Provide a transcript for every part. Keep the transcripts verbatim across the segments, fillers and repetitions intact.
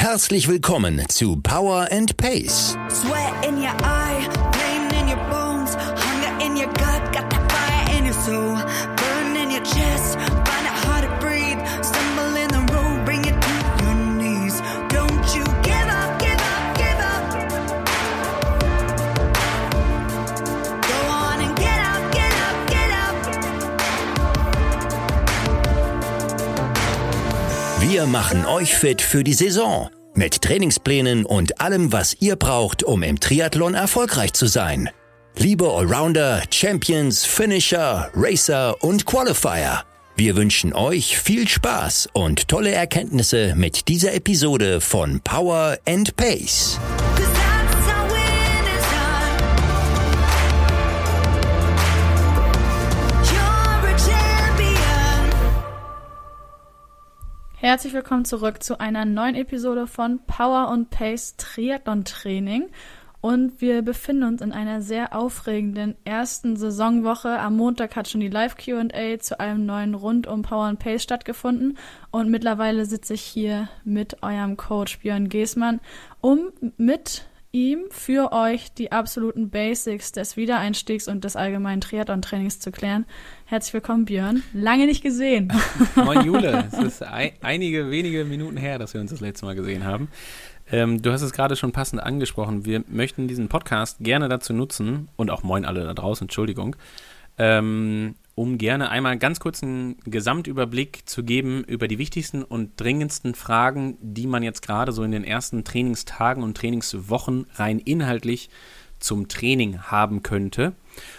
Herzlich willkommen zu Power and Pace. Sweat in your eye, pain in your bones, hunger in your gut, got that fire in your soul, burn in your chest, find it hard to breathe, stumble in the road, bring it to your knees. Don't you give up, give up, give up. Go on and get up, get up, get up. Wir machen euch fit für die Saison. Mit Trainingsplänen und allem, was ihr braucht, um im Triathlon erfolgreich zu sein. Liebe Allrounder, Champions, Finisher, Racer und Qualifier. Wir wünschen euch viel Spaß und tolle Erkenntnisse mit dieser Episode von Power and Pace. Herzlich willkommen zurück zu einer neuen Episode von Power und Pace Triathlon Training. Und wir befinden uns in einer sehr aufregenden ersten Saisonwoche. Am Montag hat schon die Live-Q and A zu einem neuen Rund um Power and Pace stattgefunden. Und mittlerweile sitze ich hier mit eurem Coach Björn Geßmann, um mit ihm für euch die absoluten Basics des Wiedereinstiegs und des allgemeinen Triathlon-Trainings zu klären. Herzlich willkommen, Björn. Lange nicht gesehen. Moin Jule, es ist ein, einige wenige Minuten her, dass wir uns das letzte Mal gesehen haben. Ähm, du hast es gerade schon passend angesprochen. Wir möchten diesen Podcast gerne dazu nutzen, und auch moin alle da draußen, Entschuldigung, ähm, um gerne einmal ganz kurz einen Gesamtüberblick zu geben über die wichtigsten und dringendsten Fragen, die man jetzt gerade so in den ersten Trainingstagen und Trainingswochen rein inhaltlich zum Training haben könnte.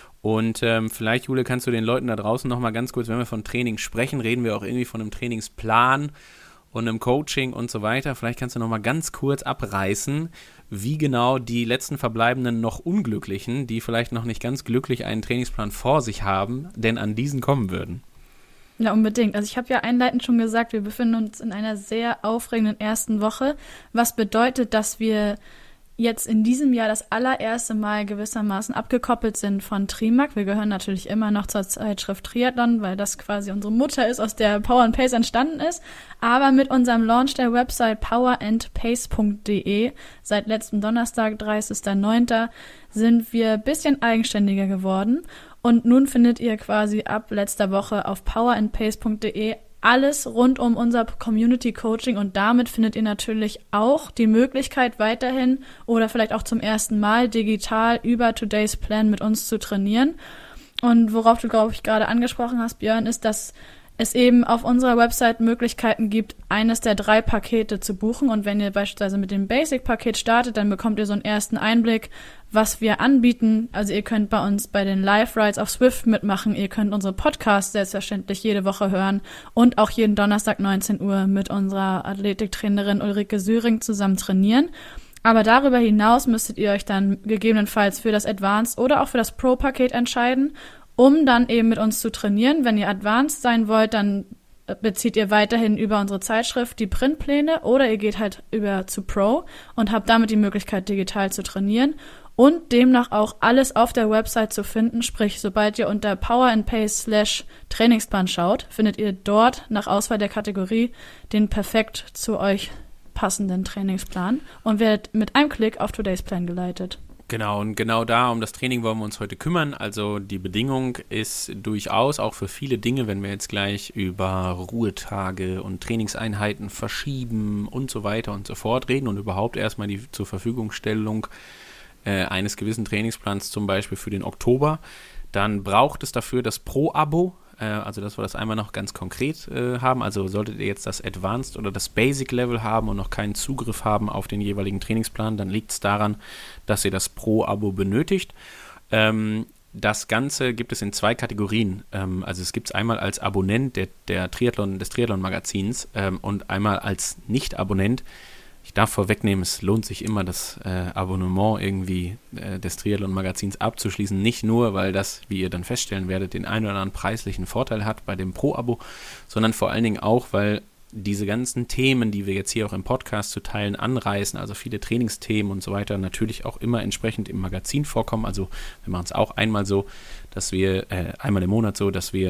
Und ähm, vielleicht, Jule, kannst du den Leuten da draußen nochmal ganz kurz, wenn wir von Training sprechen, reden wir auch irgendwie von einem Trainingsplan und einem Coaching und so weiter. Vielleicht kannst du nochmal ganz kurz abreißen, wie genau die letzten verbleibenden noch Unglücklichen, die vielleicht noch nicht ganz glücklich einen Trainingsplan vor sich haben, denn an diesen kommen würden. Ja, unbedingt. Also ich habe ja einleitend schon gesagt, wir befinden uns in einer sehr aufregenden ersten Woche, was bedeutet, dass wir jetzt in diesem Jahr das allererste Mal gewissermaßen abgekoppelt sind von Trimark. Wir gehören natürlich immer noch zur Zeitschrift Triathlon, weil das quasi unsere Mutter ist, aus der Power and Pace entstanden ist. Aber mit unserem Launch der Website power and pace punkt de seit letzten Donnerstag, dreißigsten neunten sind wir ein bisschen eigenständiger geworden. Und nun findet ihr quasi ab letzter Woche auf power and pace punkt de alles rund um unser Community-Coaching, und damit findet ihr natürlich auch die Möglichkeit, weiterhin oder vielleicht auch zum ersten Mal digital über Today's Plan mit uns zu trainieren. Und worauf du, glaube ich, gerade angesprochen hast, Björn, ist, dass es eben auf unserer Website Möglichkeiten gibt, eines der drei Pakete zu buchen. Und wenn ihr beispielsweise mit dem Basic-Paket startet, dann bekommt ihr so einen ersten Einblick, was wir anbieten. Also ihr könnt bei uns bei den Live-Rides auf Swift mitmachen. Ihr könnt unsere Podcasts selbstverständlich jede Woche hören und auch jeden Donnerstag neunzehn Uhr mit unserer Athletiktrainerin Ulrike Syring zusammen trainieren. Aber darüber hinaus müsstet ihr euch dann gegebenenfalls für das Advanced oder auch für das Pro-Paket entscheiden, um dann eben mit uns zu trainieren. Wenn ihr Advanced sein wollt, dann bezieht ihr weiterhin über unsere Zeitschrift die Printpläne, oder ihr geht halt über zu Pro und habt damit die Möglichkeit, digital zu trainieren und demnach auch alles auf der Website zu finden. Sprich, sobald ihr unter Power and Pace slash Trainingsplan schaut, findet ihr dort nach Auswahl der Kategorie den perfekt zu euch passenden Trainingsplan und werdet mit einem Klick auf Today's Plan geleitet. Genau, und genau da, um das Training wollen wir uns heute kümmern. Also die Bedingung ist durchaus auch für viele Dinge, wenn wir jetzt gleich über Ruhetage und Trainingseinheiten verschieben und so weiter und so fort reden und überhaupt erstmal die zur Verfügungstellung äh, eines gewissen Trainingsplans, zum Beispiel für den Oktober, dann braucht es dafür das Pro-Abo. Also, dass wir das einmal noch ganz konkret äh, haben. Also, solltet ihr jetzt das Advanced oder das Basic-Level haben und noch keinen Zugriff haben auf den jeweiligen Trainingsplan, dann liegt es daran, dass ihr das Pro-Abo benötigt. Ähm, das Ganze gibt es in zwei Kategorien. Ähm, also, es gibt es einmal als Abonnent der, der Triathlon, des Triathlon-Magazins ähm, und einmal als Nicht-Abonnent. Ich darf vorwegnehmen, es lohnt sich immer, das äh, Abonnement irgendwie äh, des Triathlon-Magazins abzuschließen. Nicht nur, weil das, wie ihr dann feststellen werdet, den einen oder anderen preislichen Vorteil hat bei dem Pro-Abo, sondern vor allen Dingen auch, weil diese ganzen Themen, die wir jetzt hier auch im Podcast zu Teilen anreißen, also viele Trainingsthemen und so weiter, natürlich auch immer entsprechend im Magazin vorkommen. Also wir machen es auch einmal so, dass wir, äh, einmal im Monat so, dass wir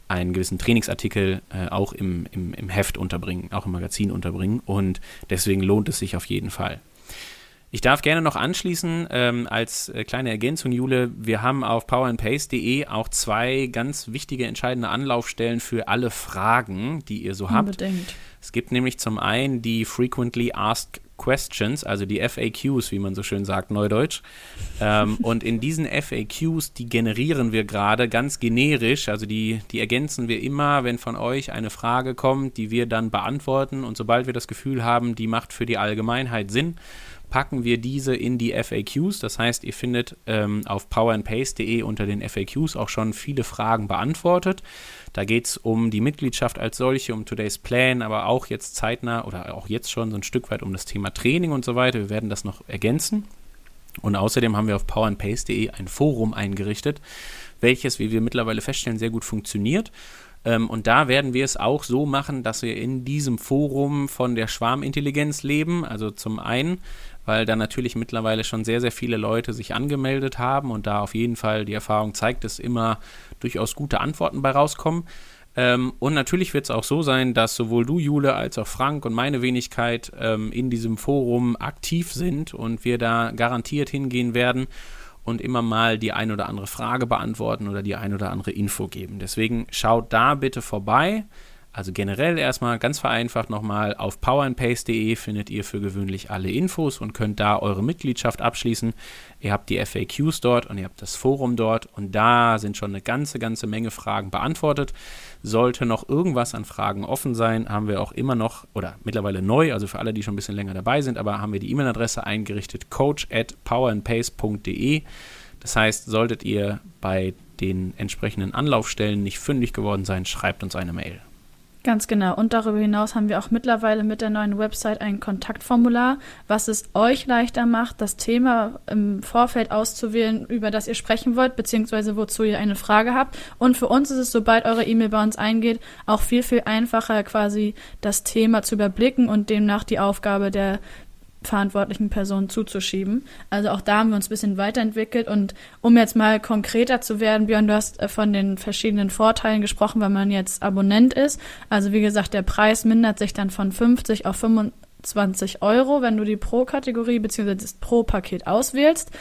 einen gewissen Trainingsartikel äh, auch im, im, im Heft unterbringen, auch im Magazin unterbringen und deswegen lohnt es sich auf jeden Fall. Ich darf gerne noch anschließen, ähm, als äh, kleine Ergänzung, Jule, wir haben auf power and pace punkt de auch zwei ganz wichtige, entscheidende Anlaufstellen für alle Fragen, die ihr so habt. Unbedingt. Es gibt nämlich zum einen die Frequently Asked Questions, also die F A Qs, wie man so schön sagt, neudeutsch. ähm, und in diesen F A Qs, die generieren wir gerade ganz generisch, also die, die ergänzen wir immer, wenn von euch eine Frage kommt, die wir dann beantworten. Und sobald wir das Gefühl haben, die macht für die Allgemeinheit Sinn, packen wir diese in die F A Qs. Das heißt, ihr findet ähm, auf power and pace punkt de unter den F A Qs auch schon viele Fragen beantwortet. Da geht es um die Mitgliedschaft als solche, um Today's Plan, aber auch jetzt zeitnah oder auch jetzt schon so ein Stück weit um das Thema Training und so weiter. Wir werden das noch ergänzen. Und außerdem haben wir auf power and pace punkt de ein Forum eingerichtet, welches, wie wir mittlerweile feststellen, sehr gut funktioniert. Ähm, und da werden wir es auch so machen, dass wir in diesem Forum von der Schwarmintelligenz leben. Also zum einen, weil da natürlich mittlerweile schon sehr, sehr viele Leute sich angemeldet haben und da auf jeden Fall die Erfahrung zeigt, dass immer durchaus gute Antworten bei rauskommen. Ähm, und natürlich wird es auch so sein, dass sowohl du, Jule, als auch Frank und meine Wenigkeit ähm, in diesem Forum aktiv sind und wir da garantiert hingehen werden und immer mal die ein oder andere Frage beantworten oder die ein oder andere Info geben. Deswegen schaut da bitte vorbei. Also generell erstmal ganz vereinfacht nochmal, auf power and pace punkt de findet ihr für gewöhnlich alle Infos und könnt da eure Mitgliedschaft abschließen. Ihr habt die F A Qs dort und ihr habt das Forum dort und da sind schon eine ganze, ganze Menge Fragen beantwortet. Sollte noch irgendwas an Fragen offen sein, haben wir auch immer noch, oder mittlerweile neu, also für alle, die schon ein bisschen länger dabei sind, aber haben wir die E-Mail-Adresse eingerichtet, coach at power and pace punkt de. Das heißt, solltet ihr bei den entsprechenden Anlaufstellen nicht fündig geworden sein, schreibt uns eine Mail. Ganz genau. Und darüber hinaus haben wir auch mittlerweile mit der neuen Website ein Kontaktformular, was es euch leichter macht, das Thema im Vorfeld auszuwählen, über das ihr sprechen wollt, beziehungsweise wozu ihr eine Frage habt. Und für uns ist es, sobald eure E-Mail bei uns eingeht, auch viel, viel einfacher, quasi das Thema zu überblicken und demnach die Aufgabe der verantwortlichen Personen zuzuschieben. Also auch da haben wir uns ein bisschen weiterentwickelt und um jetzt mal konkreter zu werden, Björn, du hast von den verschiedenen Vorteilen gesprochen, wenn man jetzt Abonnent ist. Also wie gesagt, der Preis mindert sich dann von fünfzig auf fünfundzwanzig Euro, wenn du die Pro-Kategorie bzw. das Pro-Paket auswählst.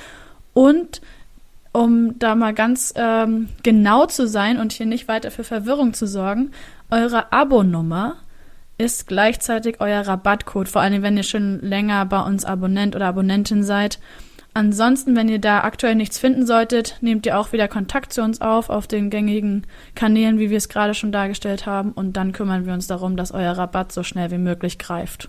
Und um da mal ganz ähm, genau zu sein und hier nicht weiter für Verwirrung zu sorgen, eure Abonummer ist gleichzeitig euer Rabattcode, vor allem wenn ihr schon länger bei uns Abonnent oder Abonnentin seid. Ansonsten, wenn ihr da aktuell nichts finden solltet, nehmt ihr auch wieder Kontakt zu uns auf, auf den gängigen Kanälen, wie wir es gerade schon dargestellt haben, und dann kümmern wir uns darum, dass euer Rabatt so schnell wie möglich greift.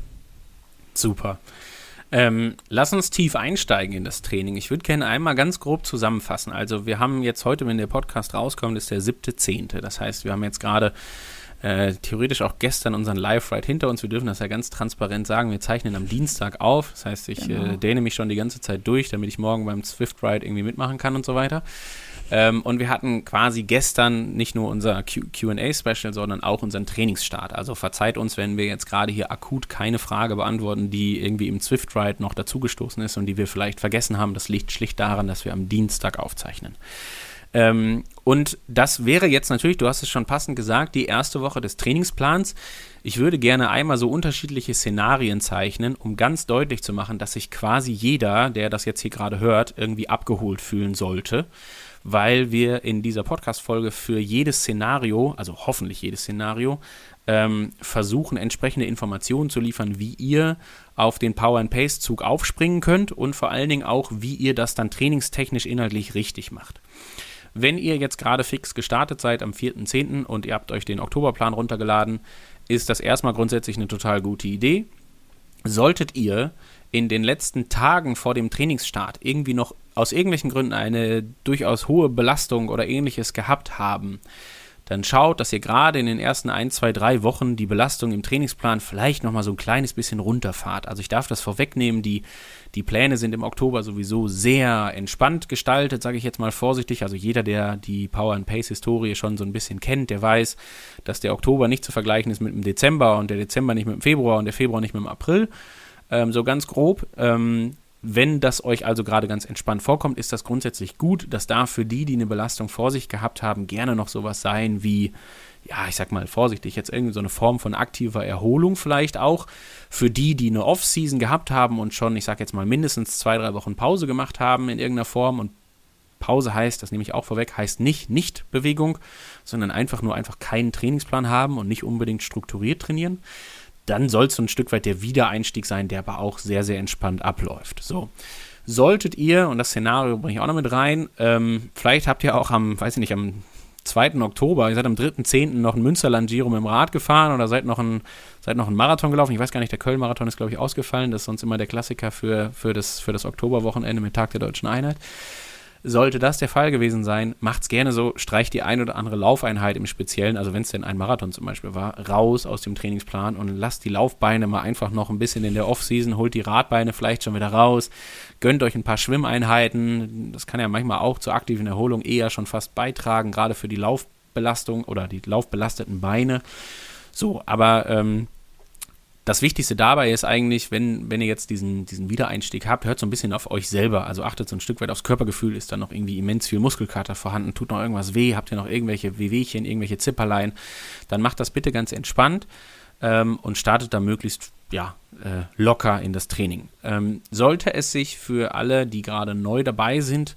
Super. Ähm, lass uns tief einsteigen in das Training. Ich würde gerne einmal ganz grob zusammenfassen. Also wir haben jetzt heute, wenn der Podcast rauskommt, ist der siebte zehnte. Das heißt, wir haben jetzt gerade Äh, theoretisch auch gestern unseren Live-Ride hinter uns. Wir dürfen das ja ganz transparent sagen. Wir zeichnen am Dienstag auf. Das heißt, ich genau. äh, dehne mich schon die ganze Zeit durch, damit ich morgen beim Zwift-Ride irgendwie mitmachen kann und so weiter. Ähm, und wir hatten quasi gestern nicht nur unser Q and A-Special, sondern auch unseren Trainingsstart. Also verzeiht uns, wenn wir jetzt gerade hier akut keine Frage beantworten, die irgendwie im Zwift-Ride noch dazugestoßen ist und die wir vielleicht vergessen haben. Das liegt schlicht daran, dass wir am Dienstag aufzeichnen. Ähm, und das wäre jetzt natürlich, du hast es schon passend gesagt, die erste Woche des Trainingsplans. Ich würde gerne einmal so unterschiedliche Szenarien zeichnen, um ganz deutlich zu machen, dass sich quasi jeder, der das jetzt hier gerade hört, irgendwie abgeholt fühlen sollte, weil wir in dieser Podcast-Folge für jedes Szenario, also hoffentlich jedes Szenario, ähm, versuchen, entsprechende Informationen zu liefern, wie ihr auf den Power-and-Pace-Zug aufspringen könnt und vor allen Dingen auch, wie ihr das dann trainingstechnisch inhaltlich richtig macht. Wenn ihr jetzt gerade fix gestartet seid am vierten zehnten und ihr habt euch den Oktoberplan runtergeladen, ist das erstmal grundsätzlich eine total gute Idee. Solltet ihr in den letzten Tagen vor dem Trainingsstart irgendwie noch aus irgendwelchen Gründen eine durchaus hohe Belastung oder ähnliches gehabt haben, dann schaut, dass ihr gerade in den ersten ein, zwei, drei Wochen die Belastung im Trainingsplan vielleicht nochmal so ein kleines bisschen runterfahrt. Also ich darf das vorwegnehmen, die, die Pläne sind im Oktober sowieso sehr entspannt gestaltet, sage ich jetzt mal vorsichtig. Also jeder, der die Power-and-Pace-Historie schon so ein bisschen kennt, der weiß, dass der Oktober nicht zu vergleichen ist mit dem Dezember und der Dezember nicht mit dem Februar und der Februar nicht mit dem April. Ähm, so ganz grob. Ähm, Wenn das euch also gerade ganz entspannt vorkommt, ist das grundsätzlich gut. Das darf für die, die eine Belastung vor sich gehabt haben, gerne noch sowas sein wie, ja, ich sag mal vorsichtig, jetzt irgendwie so eine Form von aktiver Erholung vielleicht auch für die, die eine Off-Season gehabt haben und schon, ich sag jetzt mal, mindestens zwei, drei Wochen Pause gemacht haben in irgendeiner Form. Und Pause heißt, das nehme ich auch vorweg, heißt nicht Nicht-Bewegung, sondern einfach nur einfach keinen Trainingsplan haben und nicht unbedingt strukturiert trainieren. Dann soll es so ein Stück weit der Wiedereinstieg sein, der aber auch sehr, sehr entspannt abläuft. So. Solltet ihr, und das Szenario bringe ich auch noch mit rein, ähm, vielleicht habt ihr auch am, weiß ich nicht, am zweiten Oktober, ihr seid am dritten zehnten noch ein Münsterland-Giro mit dem Rad gefahren oder seid noch ein, seid noch einen Marathon gelaufen. Ich weiß gar nicht, der Köln-Marathon ist, glaube ich, ausgefallen. Das ist sonst immer der Klassiker für, für das, für das Oktoberwochenende mit Tag der Deutschen Einheit. Sollte das der Fall gewesen sein, macht's gerne so, streicht die ein oder andere Laufeinheit im Speziellen, also wenn es denn ein Marathon zum Beispiel war, raus aus dem Trainingsplan und lasst die Laufbeine mal einfach noch ein bisschen in der Off-Season, holt die Radbeine vielleicht schon wieder raus, gönnt euch ein paar Schwimmeinheiten, das kann ja manchmal auch zur aktiven Erholung eher schon fast beitragen, gerade für die Laufbelastung oder die laufbelasteten Beine. So, aber ähm, das Wichtigste dabei ist eigentlich, wenn, wenn ihr jetzt diesen, diesen Wiedereinstieg habt, hört so ein bisschen auf euch selber. Also achtet so ein Stück weit aufs Körpergefühl. Ist da noch irgendwie immens viel Muskelkater vorhanden? Tut noch irgendwas weh? Habt ihr noch irgendwelche Wehwehchen, irgendwelche Zipperlein? Dann macht das bitte ganz entspannt ähm, und startet da möglichst ja, äh, locker in das Training. Ähm, sollte es sich für alle, die gerade neu dabei sind,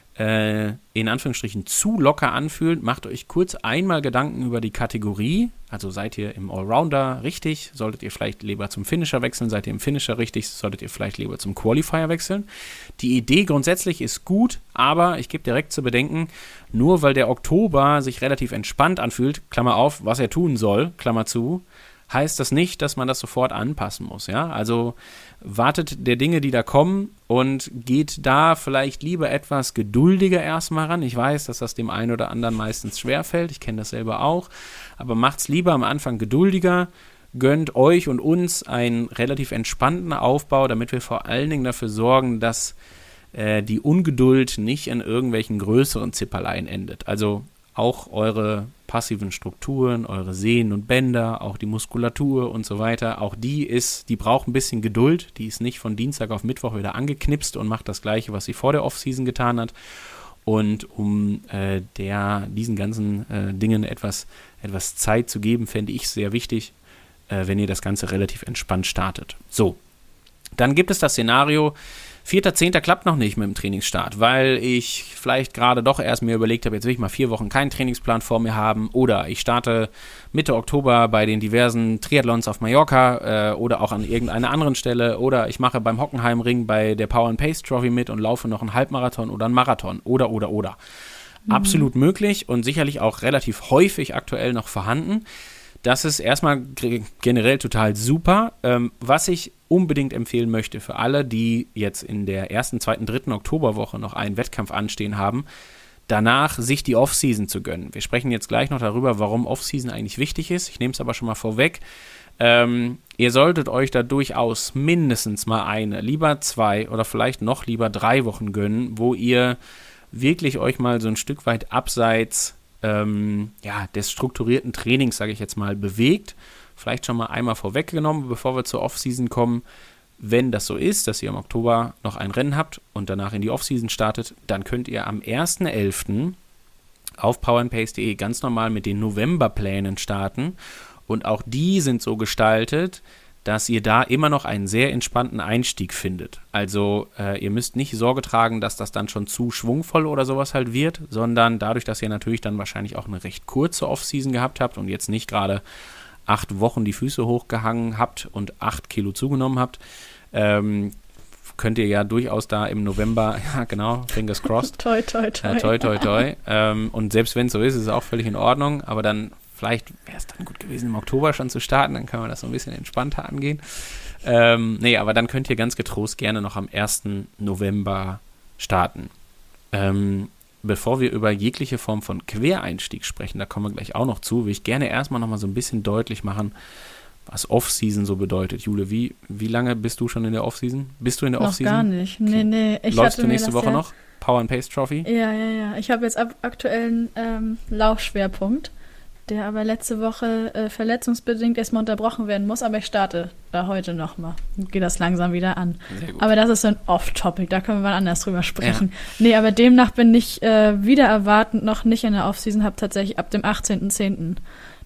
äh, in Anführungsstrichen zu locker anfühlt, macht euch kurz einmal Gedanken über die Kategorie. Also seid ihr im Allrounder richtig? Solltet ihr vielleicht lieber zum Finisher wechseln? Seid ihr im Finisher richtig? Solltet ihr vielleicht lieber zum Qualifier wechseln? Die Idee grundsätzlich ist gut, aber ich gebe direkt zu bedenken, nur weil der Oktober sich relativ entspannt anfühlt, Klammer auf, was er tun soll, Klammer zu, heißt das nicht, dass man das sofort anpassen muss. Ja? Also wartet der Dinge, die da kommen und geht da vielleicht lieber etwas geduldiger erstmal ran. Ich weiß, dass das dem einen oder anderen meistens schwerfällt. Ich kenne das selber auch. Aber macht's lieber am Anfang geduldiger. Gönnt euch und uns einen relativ entspannten Aufbau, damit wir vor allen Dingen dafür sorgen, dass äh, die Ungeduld nicht in irgendwelchen größeren Zipperleien endet. Also auch eure passiven Strukturen, eure Sehnen und Bänder, auch die Muskulatur und so weiter, auch die ist, die braucht ein bisschen Geduld, die ist nicht von Dienstag auf Mittwoch wieder angeknipst und macht das Gleiche, was sie vor der Offseason getan hat. Und um äh, der, diesen ganzen äh, Dingen etwas, etwas Zeit zu geben, fände ich sehr wichtig, äh, wenn ihr das Ganze relativ entspannt startet. So, dann gibt es das Szenario, vierter zehnter klappt noch nicht mit dem Trainingsstart, weil ich vielleicht gerade doch erst mir überlegt habe, jetzt will ich mal vier Wochen keinen Trainingsplan vor mir haben oder ich starte Mitte Oktober bei den diversen Triathlons auf Mallorca äh, oder auch an irgendeiner anderen Stelle oder ich mache beim Hockenheimring bei der Power and Pace Trophy mit und laufe noch einen Halbmarathon oder einen Marathon oder, oder, oder. Mhm. Absolut möglich und sicherlich auch relativ häufig aktuell noch vorhanden. Das ist erstmal g- generell total super. Ähm, was ich unbedingt empfehlen möchte für alle, die jetzt in der ersten, zweiten, dritten Oktoberwoche noch einen Wettkampf anstehen haben, danach sich die Off-Season zu gönnen. Wir sprechen jetzt gleich noch darüber, warum Off-Season eigentlich wichtig ist. Ich nehme es aber schon mal vorweg. Ähm, ihr solltet euch da durchaus mindestens mal eine, lieber zwei oder vielleicht noch lieber drei Wochen gönnen, wo ihr wirklich euch mal so ein Stück weit abseits ähm, ja, des strukturierten Trainings, sage ich jetzt mal, bewegt. Vielleicht schon mal einmal vorweggenommen, bevor wir zur Off-Season kommen. Wenn das so ist, dass ihr im Oktober noch ein Rennen habt und danach in die Off-Season startet, dann könnt ihr am ersten elften auf powerandpace punkt de ganz normal mit den Novemberplänen starten. Und auch die sind so gestaltet, dass ihr da immer noch einen sehr entspannten Einstieg findet. Also äh, ihr müsst nicht Sorge tragen, dass das dann schon zu schwungvoll oder sowas halt wird, sondern dadurch, dass ihr natürlich dann wahrscheinlich auch eine recht kurze Off-Season gehabt habt und jetzt nicht gerade acht Wochen die Füße hochgehangen habt und acht Kilo zugenommen habt, ähm, könnt ihr ja durchaus da im November, ja genau, fingers crossed. toi, toi, toi. Äh, toi, toi, toi. ähm, und selbst wenn es so ist, ist es auch völlig in Ordnung, aber dann vielleicht wäre es dann gut gewesen, im Oktober schon zu starten, dann kann man das so ein bisschen entspannter angehen. Ähm, nee, aber dann könnt ihr ganz getrost gerne noch am ersten November starten. Ähm, bevor wir über jegliche Form von Quereinstieg sprechen, da kommen wir gleich auch noch zu, will ich gerne erstmal noch mal so ein bisschen deutlich machen, was Off-Season so bedeutet. Jule, wie, wie lange bist du schon in der Off-Season? Bist du in der noch Off-Season? Gar nicht. Nee, okay. nee. Ich Läufst hatte du nächste mir das Woche ja noch? Power and Pace Trophy? Ja, ja, ja. Ich habe jetzt ab aktuellen ähm, Laufschwerpunkt, der aber letzte Woche äh, verletzungsbedingt erstmal unterbrochen werden muss, aber ich starte da heute nochmal und gehe das langsam wieder an. Sehr gut. Aber das ist so ein Off-Topic, da können wir mal anders drüber sprechen. Ja. Nee, aber demnach bin ich äh, wieder erwartend noch nicht in der Off-Season, habe tatsächlich ab dem achtzehnten zehnten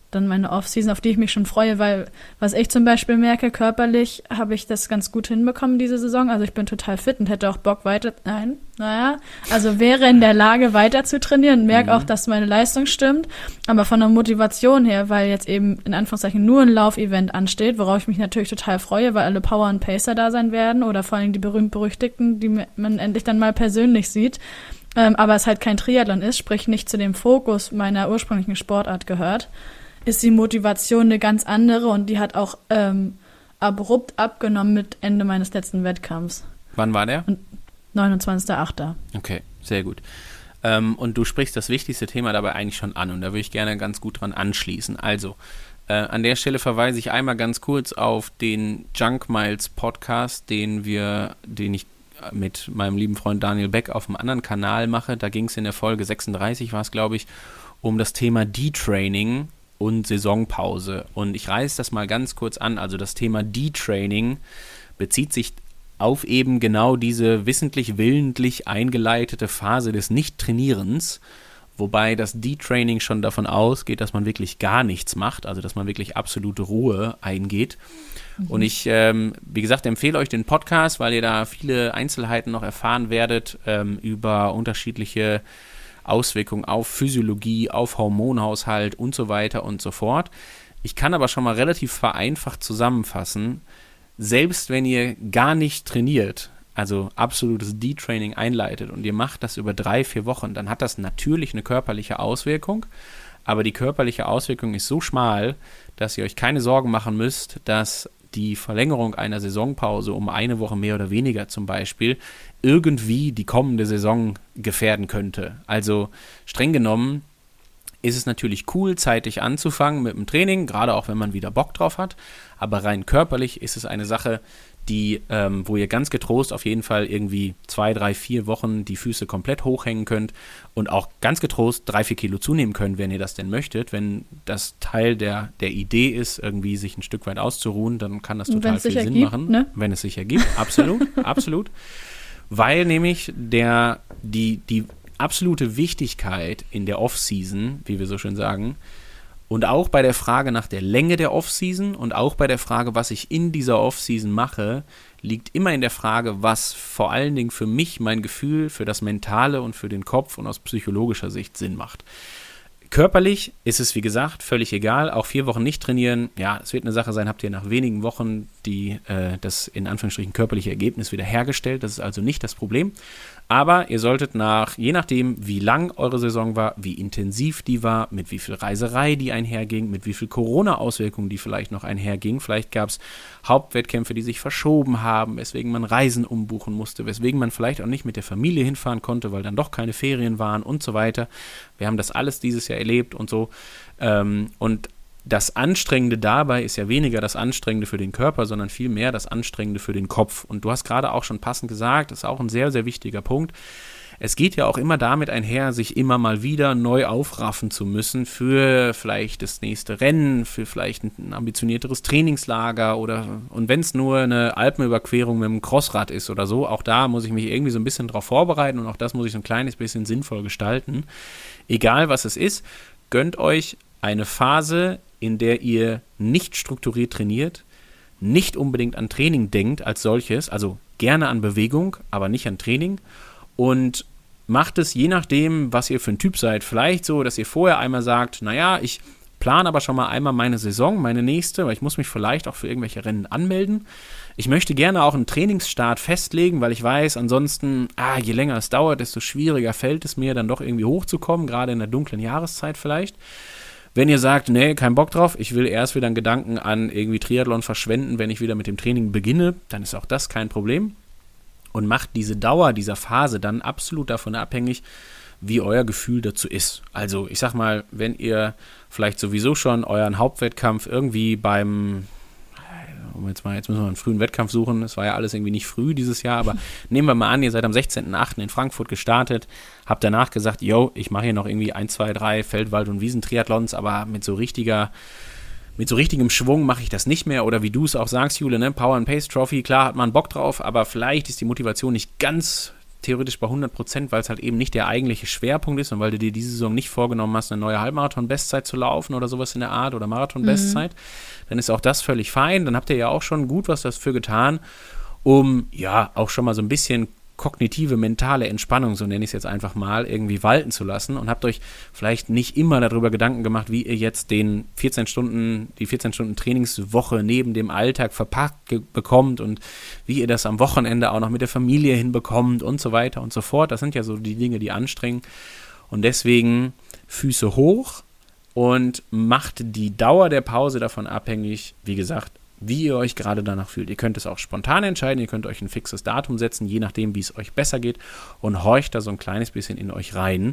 dann meine Off-Season, auf die ich mich schon freue, weil was ich zum Beispiel merke, körperlich habe ich das ganz gut hinbekommen diese Saison. Also ich bin total fit und hätte auch Bock weiter, nein, naja, also wäre in der Lage weiter zu trainieren und merke mhm. auch, dass meine Leistung stimmt. Aber von der Motivation her, weil jetzt eben in Anführungszeichen nur ein Laufevent ansteht, worauf ich mich natürlich total freue, weil alle Power und Pacer da sein werden oder vor allem die berühmt-berüchtigten, die man endlich dann mal persönlich sieht. Ähm, aber es halt kein Triathlon ist, sprich nicht zu dem Fokus meiner ursprünglichen Sportart gehört, ist die Motivation eine ganz andere und die hat auch ähm, abrupt abgenommen mit Ende meines letzten Wettkampfs. Wann war der? neunundzwanzigster achter Okay, sehr gut. Ähm, und du sprichst das wichtigste Thema dabei eigentlich schon an und da würde ich gerne ganz gut dran anschließen. Also, äh, an der Stelle verweise ich einmal ganz kurz auf den Junk Miles Podcast, den wir, den ich mit meinem lieben Freund Daniel Beck auf einem anderen Kanal mache. Da ging es in der Folge sechsunddreißig, war es glaube ich, um das Thema Detraining und Saisonpause. Und ich reiße das mal ganz kurz an. Also das Thema Detraining bezieht sich auf eben genau diese wissentlich, willentlich eingeleitete Phase des Nicht-Trainierens, wobei das Detraining schon davon ausgeht, dass man wirklich gar nichts macht, also dass man wirklich absolute Ruhe eingeht. Mhm. Und ich, ähm, wie gesagt, empfehle euch den Podcast, weil ihr da viele Einzelheiten noch erfahren werdet ähm, über unterschiedliche Auswirkungen auf Physiologie, auf Hormonhaushalt und so weiter und so fort. Ich kann aber schon mal relativ vereinfacht zusammenfassen, selbst wenn ihr gar nicht trainiert, also absolutes Detraining einleitet und ihr macht das über drei, vier Wochen, dann hat das natürlich eine körperliche Auswirkung, aber die körperliche Auswirkung ist so schmal, dass ihr euch keine Sorgen machen müsst, dass die Verlängerung einer Saisonpause um eine Woche mehr oder weniger zum Beispiel irgendwie die kommende Saison gefährden könnte. Also streng genommen ist es natürlich cool, zeitig anzufangen mit dem Training, gerade auch wenn man wieder Bock drauf hat, aber rein körperlich ist es eine Sache, die, ähm, wo ihr ganz getrost auf jeden Fall irgendwie zwei, drei, vier Wochen die Füße komplett hochhängen könnt und auch ganz getrost drei, vier Kilo zunehmen könnt, wenn ihr das denn möchtet. Wenn das Teil der, der Idee ist, irgendwie sich ein Stück weit auszuruhen, dann kann das total viel Sinn ergibt, machen, ne? Wenn es sich ergibt. Absolut, absolut. Weil nämlich der, die, die absolute Wichtigkeit in der Off-Season, wie wir so schön sagen, und auch bei der Frage nach der Länge der Off-Season und auch bei der Frage, was ich in dieser Off-Season mache, liegt immer in der Frage, was vor allen Dingen für mich, mein Gefühl, für das Mentale und für den Kopf und aus psychologischer Sicht Sinn macht. Körperlich ist es, wie gesagt, völlig egal. Auch vier Wochen nicht trainieren, ja, es wird eine Sache sein, habt ihr nach wenigen Wochen die, äh, das in Anführungsstrichen körperliche Ergebnis wieder hergestellt. Das ist also nicht das Problem. Aber ihr solltet nach, je nachdem, wie lang eure Saison war, wie intensiv die war, mit wie viel Reiserei die einherging, mit wie viel Corona-Auswirkungen die vielleicht noch einherging. Vielleicht gab es Hauptwettkämpfe, die sich verschoben haben, weswegen man Reisen umbuchen musste, weswegen man vielleicht auch nicht mit der Familie hinfahren konnte, weil dann doch keine Ferien waren und so weiter. Wir haben das alles dieses Jahr erlebt und so. Ähm, und das Anstrengende dabei ist ja weniger das Anstrengende für den Körper, sondern vielmehr das Anstrengende für den Kopf. Und du hast gerade auch schon passend gesagt, das ist auch ein sehr, sehr wichtiger Punkt. Es geht ja auch immer damit einher, sich immer mal wieder neu aufraffen zu müssen für vielleicht das nächste Rennen, für vielleicht ein ambitionierteres Trainingslager oder, und wenn es nur eine Alpenüberquerung mit dem Crossrad ist oder so, auch da muss ich mich irgendwie so ein bisschen drauf vorbereiten und auch das muss ich so ein kleines bisschen sinnvoll gestalten. Egal was es ist, gönnt euch eine Phase, in der ihr nicht strukturiert trainiert, nicht unbedingt an Training denkt als solches, also gerne an Bewegung, aber nicht an Training und macht es je nachdem, was ihr für ein Typ seid, vielleicht so, dass ihr vorher einmal sagt, naja, ich plane aber schon mal einmal meine Saison, meine nächste, weil ich muss mich vielleicht auch für irgendwelche Rennen anmelden. Ich möchte gerne auch einen Trainingsstart festlegen, weil ich weiß, ansonsten, ah, je länger es dauert, desto schwieriger fällt es mir, dann doch irgendwie hochzukommen, gerade in der dunklen Jahreszeit vielleicht. Wenn ihr sagt, nee, kein Bock drauf, ich will erst wieder einen Gedanken an irgendwie Triathlon verschwenden, wenn ich wieder mit dem Training beginne, dann ist auch das kein Problem. Und macht diese Dauer dieser Phase dann absolut davon abhängig, wie euer Gefühl dazu ist. Also ich sag mal, wenn ihr vielleicht sowieso schon euren Hauptwettkampf irgendwie beim, jetzt, mal, jetzt müssen wir einen frühen Wettkampf suchen, es war ja alles irgendwie nicht früh dieses Jahr, aber nehmen wir mal an, ihr seid am sechzehnten achten in Frankfurt gestartet, habt danach gesagt, yo, ich mache hier noch irgendwie ein, zwei, drei Feld-, Wald- und Wiesentriathlons, aber mit so richtiger, mit so richtigem Schwung mache ich das nicht mehr, oder wie du es auch sagst, Jule, ne, Power and Pace Trophy, klar hat man Bock drauf, aber vielleicht ist die Motivation nicht ganz theoretisch bei hundert Prozent, weil es halt eben nicht der eigentliche Schwerpunkt ist und weil du dir diese Saison nicht vorgenommen hast, eine neue Halbmarathon-Bestzeit zu laufen oder sowas in der Art oder Marathon-Bestzeit, mhm. dann ist auch das völlig fein. Dann habt ihr ja auch schon gut was dafür getan, um ja auch schon mal so ein bisschen kognitive, mentale Entspannung, so nenne ich es jetzt einfach mal, irgendwie walten zu lassen und habt euch vielleicht nicht immer darüber Gedanken gemacht, wie ihr jetzt den vierzehn Stunden, die vierzehn Stunden Trainingswoche neben dem Alltag verpackt ge- bekommt und wie ihr das am Wochenende auch noch mit der Familie hinbekommt und so weiter und so fort. Das sind ja so die Dinge, die anstrengen. Und deswegen Füße hoch und macht die Dauer der Pause davon abhängig, wie gesagt, wie ihr euch gerade danach fühlt. Ihr könnt es auch spontan entscheiden, ihr könnt euch ein fixes Datum setzen, je nachdem, wie es euch besser geht und horcht da so ein kleines bisschen in euch rein.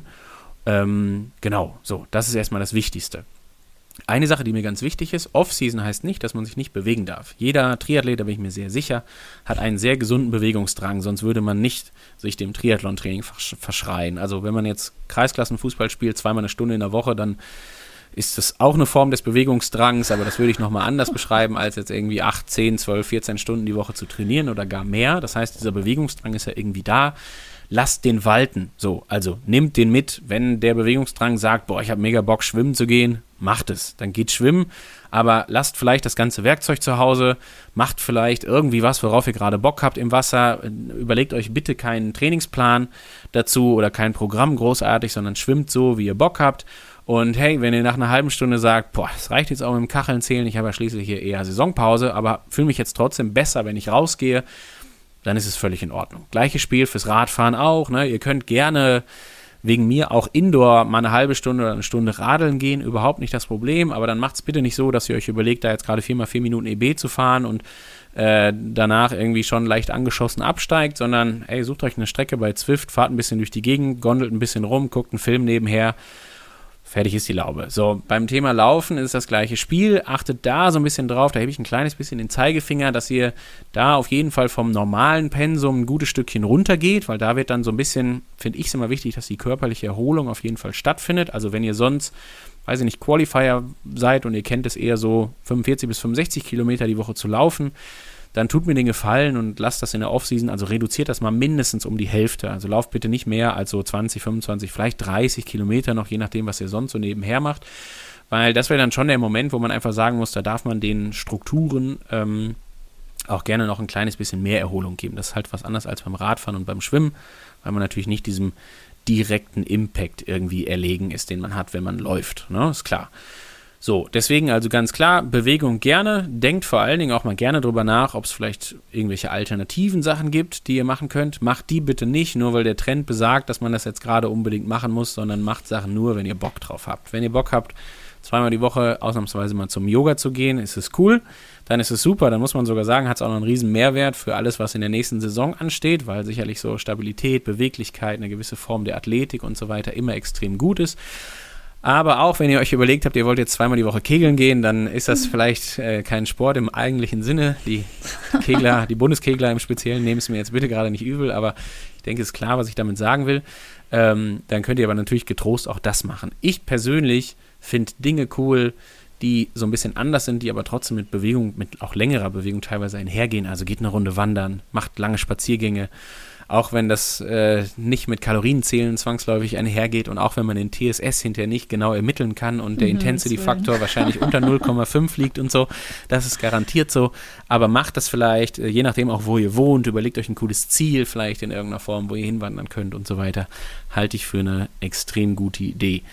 Ähm, genau, so, das ist erstmal das Wichtigste. Eine Sache, die mir ganz wichtig ist, Off-Season heißt nicht, dass man sich nicht bewegen darf. Jeder Triathlet, da bin ich mir sehr sicher, hat einen sehr gesunden Bewegungsdrang, sonst würde man nicht sich dem Triathlon-Training versch- verschreien. Also wenn man jetzt Kreisklassenfußball spielt, zweimal eine Stunde in der Woche, dann ist das auch eine Form des Bewegungsdrangs, aber das würde ich nochmal anders beschreiben, als jetzt irgendwie acht, zehn, zwölf, vierzehn Stunden die Woche zu trainieren oder gar mehr. Das heißt, dieser Bewegungsdrang ist ja irgendwie da. Lasst den walten. So, also nehmt den mit, wenn der Bewegungsdrang sagt, boah, ich habe mega Bock, schwimmen zu gehen, macht es. Dann geht schwimmen, aber lasst vielleicht das ganze Werkzeug zu Hause, macht vielleicht irgendwie was, worauf ihr gerade Bock habt im Wasser. Überlegt euch bitte keinen Trainingsplan dazu oder kein Programm großartig, sondern schwimmt so, wie ihr Bock habt. Und hey, wenn ihr nach einer halben Stunde sagt, boah, es reicht jetzt auch mit dem Kacheln zählen, ich habe ja schließlich hier eher Saisonpause, aber fühle mich jetzt trotzdem besser, wenn ich rausgehe, dann ist es völlig in Ordnung. Gleiches Spiel fürs Radfahren auch, ne? Ihr könnt gerne wegen mir auch Indoor mal eine halbe Stunde oder eine Stunde radeln gehen, überhaupt nicht das Problem, aber dann macht es bitte nicht so, dass ihr euch überlegt, da jetzt gerade vier mal vier Minuten E B zu fahren und äh, danach irgendwie schon leicht angeschossen absteigt, sondern hey, sucht euch eine Strecke bei Zwift, fahrt ein bisschen durch die Gegend, gondelt ein bisschen rum, guckt einen Film nebenher. Fertig ist die Laube. So, beim Thema Laufen ist das gleiche Spiel. Achtet da so ein bisschen drauf, da hebe ich ein kleines bisschen den Zeigefinger, dass ihr da auf jeden Fall vom normalen Pensum ein gutes Stückchen runtergeht, weil da wird dann so ein bisschen, finde ich es immer wichtig, dass die körperliche Erholung auf jeden Fall stattfindet. Also wenn ihr sonst, weiß ich nicht, Qualifier seid und ihr kennt es eher so fünfundvierzig bis fünfundsechzig Kilometer die Woche zu laufen, dann tut mir den Gefallen und lasst das in der Offseason, also reduziert das mal mindestens um die Hälfte. Also lauft bitte nicht mehr als so zwanzig, fünfundzwanzig, vielleicht dreißig Kilometer noch, je nachdem, was ihr sonst so nebenher macht. Weil das wäre dann schon der Moment, wo man einfach sagen muss, da darf man den Strukturen ähm, auch gerne noch ein kleines bisschen mehr Erholung geben. Das ist halt was anderes als beim Radfahren und beim Schwimmen, weil man natürlich nicht diesem direkten Impact irgendwie erlegen ist, den man hat, wenn man läuft. Ne? Ist klar. So, deswegen also ganz klar, Bewegung gerne, denkt vor allen Dingen auch mal gerne drüber nach, ob es vielleicht irgendwelche alternativen Sachen gibt, die ihr machen könnt. Macht die bitte nicht, nur weil der Trend besagt, dass man das jetzt gerade unbedingt machen muss, sondern macht Sachen nur, wenn ihr Bock drauf habt. Wenn ihr Bock habt, zweimal die Woche ausnahmsweise mal zum Yoga zu gehen, ist es cool, dann ist es super, dann muss man sogar sagen, hat es auch noch einen riesen Mehrwert für alles, was in der nächsten Saison ansteht, weil sicherlich so Stabilität, Beweglichkeit, eine gewisse Form der Athletik und so weiter immer extrem gut ist. Aber auch wenn ihr euch überlegt habt, ihr wollt jetzt zweimal die Woche kegeln gehen, dann ist das vielleicht äh, kein Sport im eigentlichen Sinne. Die Kegler, die Bundeskegler im Speziellen, nehmen es mir jetzt bitte gerade nicht übel, aber ich denke, es ist klar, was ich damit sagen will. Ähm, dann könnt ihr aber natürlich getrost auch das machen. Ich persönlich finde Dinge cool, die so ein bisschen anders sind, die aber trotzdem mit Bewegung, mit auch längerer Bewegung teilweise einhergehen. Also geht eine Runde wandern, macht lange Spaziergänge, auch wenn das äh, nicht mit Kalorienzählen zwangsläufig einhergeht und auch wenn man den T S S hinterher nicht genau ermitteln kann und der mhm, Intensity-Faktor wahrscheinlich unter null Komma fünf liegt und so, das ist garantiert so, aber macht das vielleicht, äh, je nachdem auch, wo ihr wohnt, überlegt euch ein cooles Ziel, vielleicht in irgendeiner Form, wo ihr hinwandern könnt und so weiter, halte ich für eine extrem gute Idee.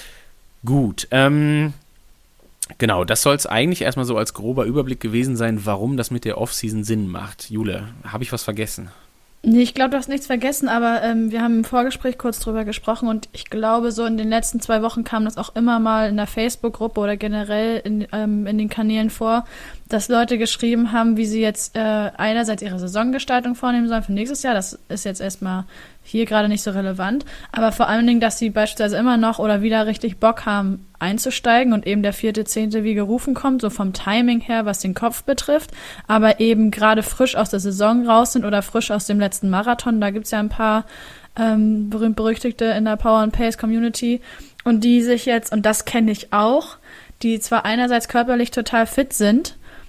Gut, ähm, genau, das soll es eigentlich erstmal so als grober Überblick gewesen sein, warum das mit der Off-Season Sinn macht. Jule, habe ich was vergessen? Nee, ich glaube, du hast nichts vergessen, aber ähm, wir haben im Vorgespräch kurz drüber gesprochen und ich glaube, so in den letzten zwei Wochen kam das auch immer mal in der Facebook-Gruppe oder generell in, ähm, in den Kanälen vor, dass Leute geschrieben haben, wie sie jetzt äh, einerseits ihre Saisongestaltung vornehmen sollen für nächstes Jahr. Das ist jetzt erstmal hier gerade nicht so relevant, aber vor allen Dingen, dass sie beispielsweise immer noch oder wieder richtig Bock haben, einzusteigen und eben der vierte, zehnte wie gerufen kommt, so vom Timing her, was den Kopf betrifft, aber eben gerade frisch aus der Saison raus sind oder frisch aus dem letzten Marathon. Da gibt's ja ein paar ähm, berühmt-berüchtigte in der Power and Pace Community und die sich jetzt, und das kenne ich auch, die zwar einerseits körperlich total fit sind,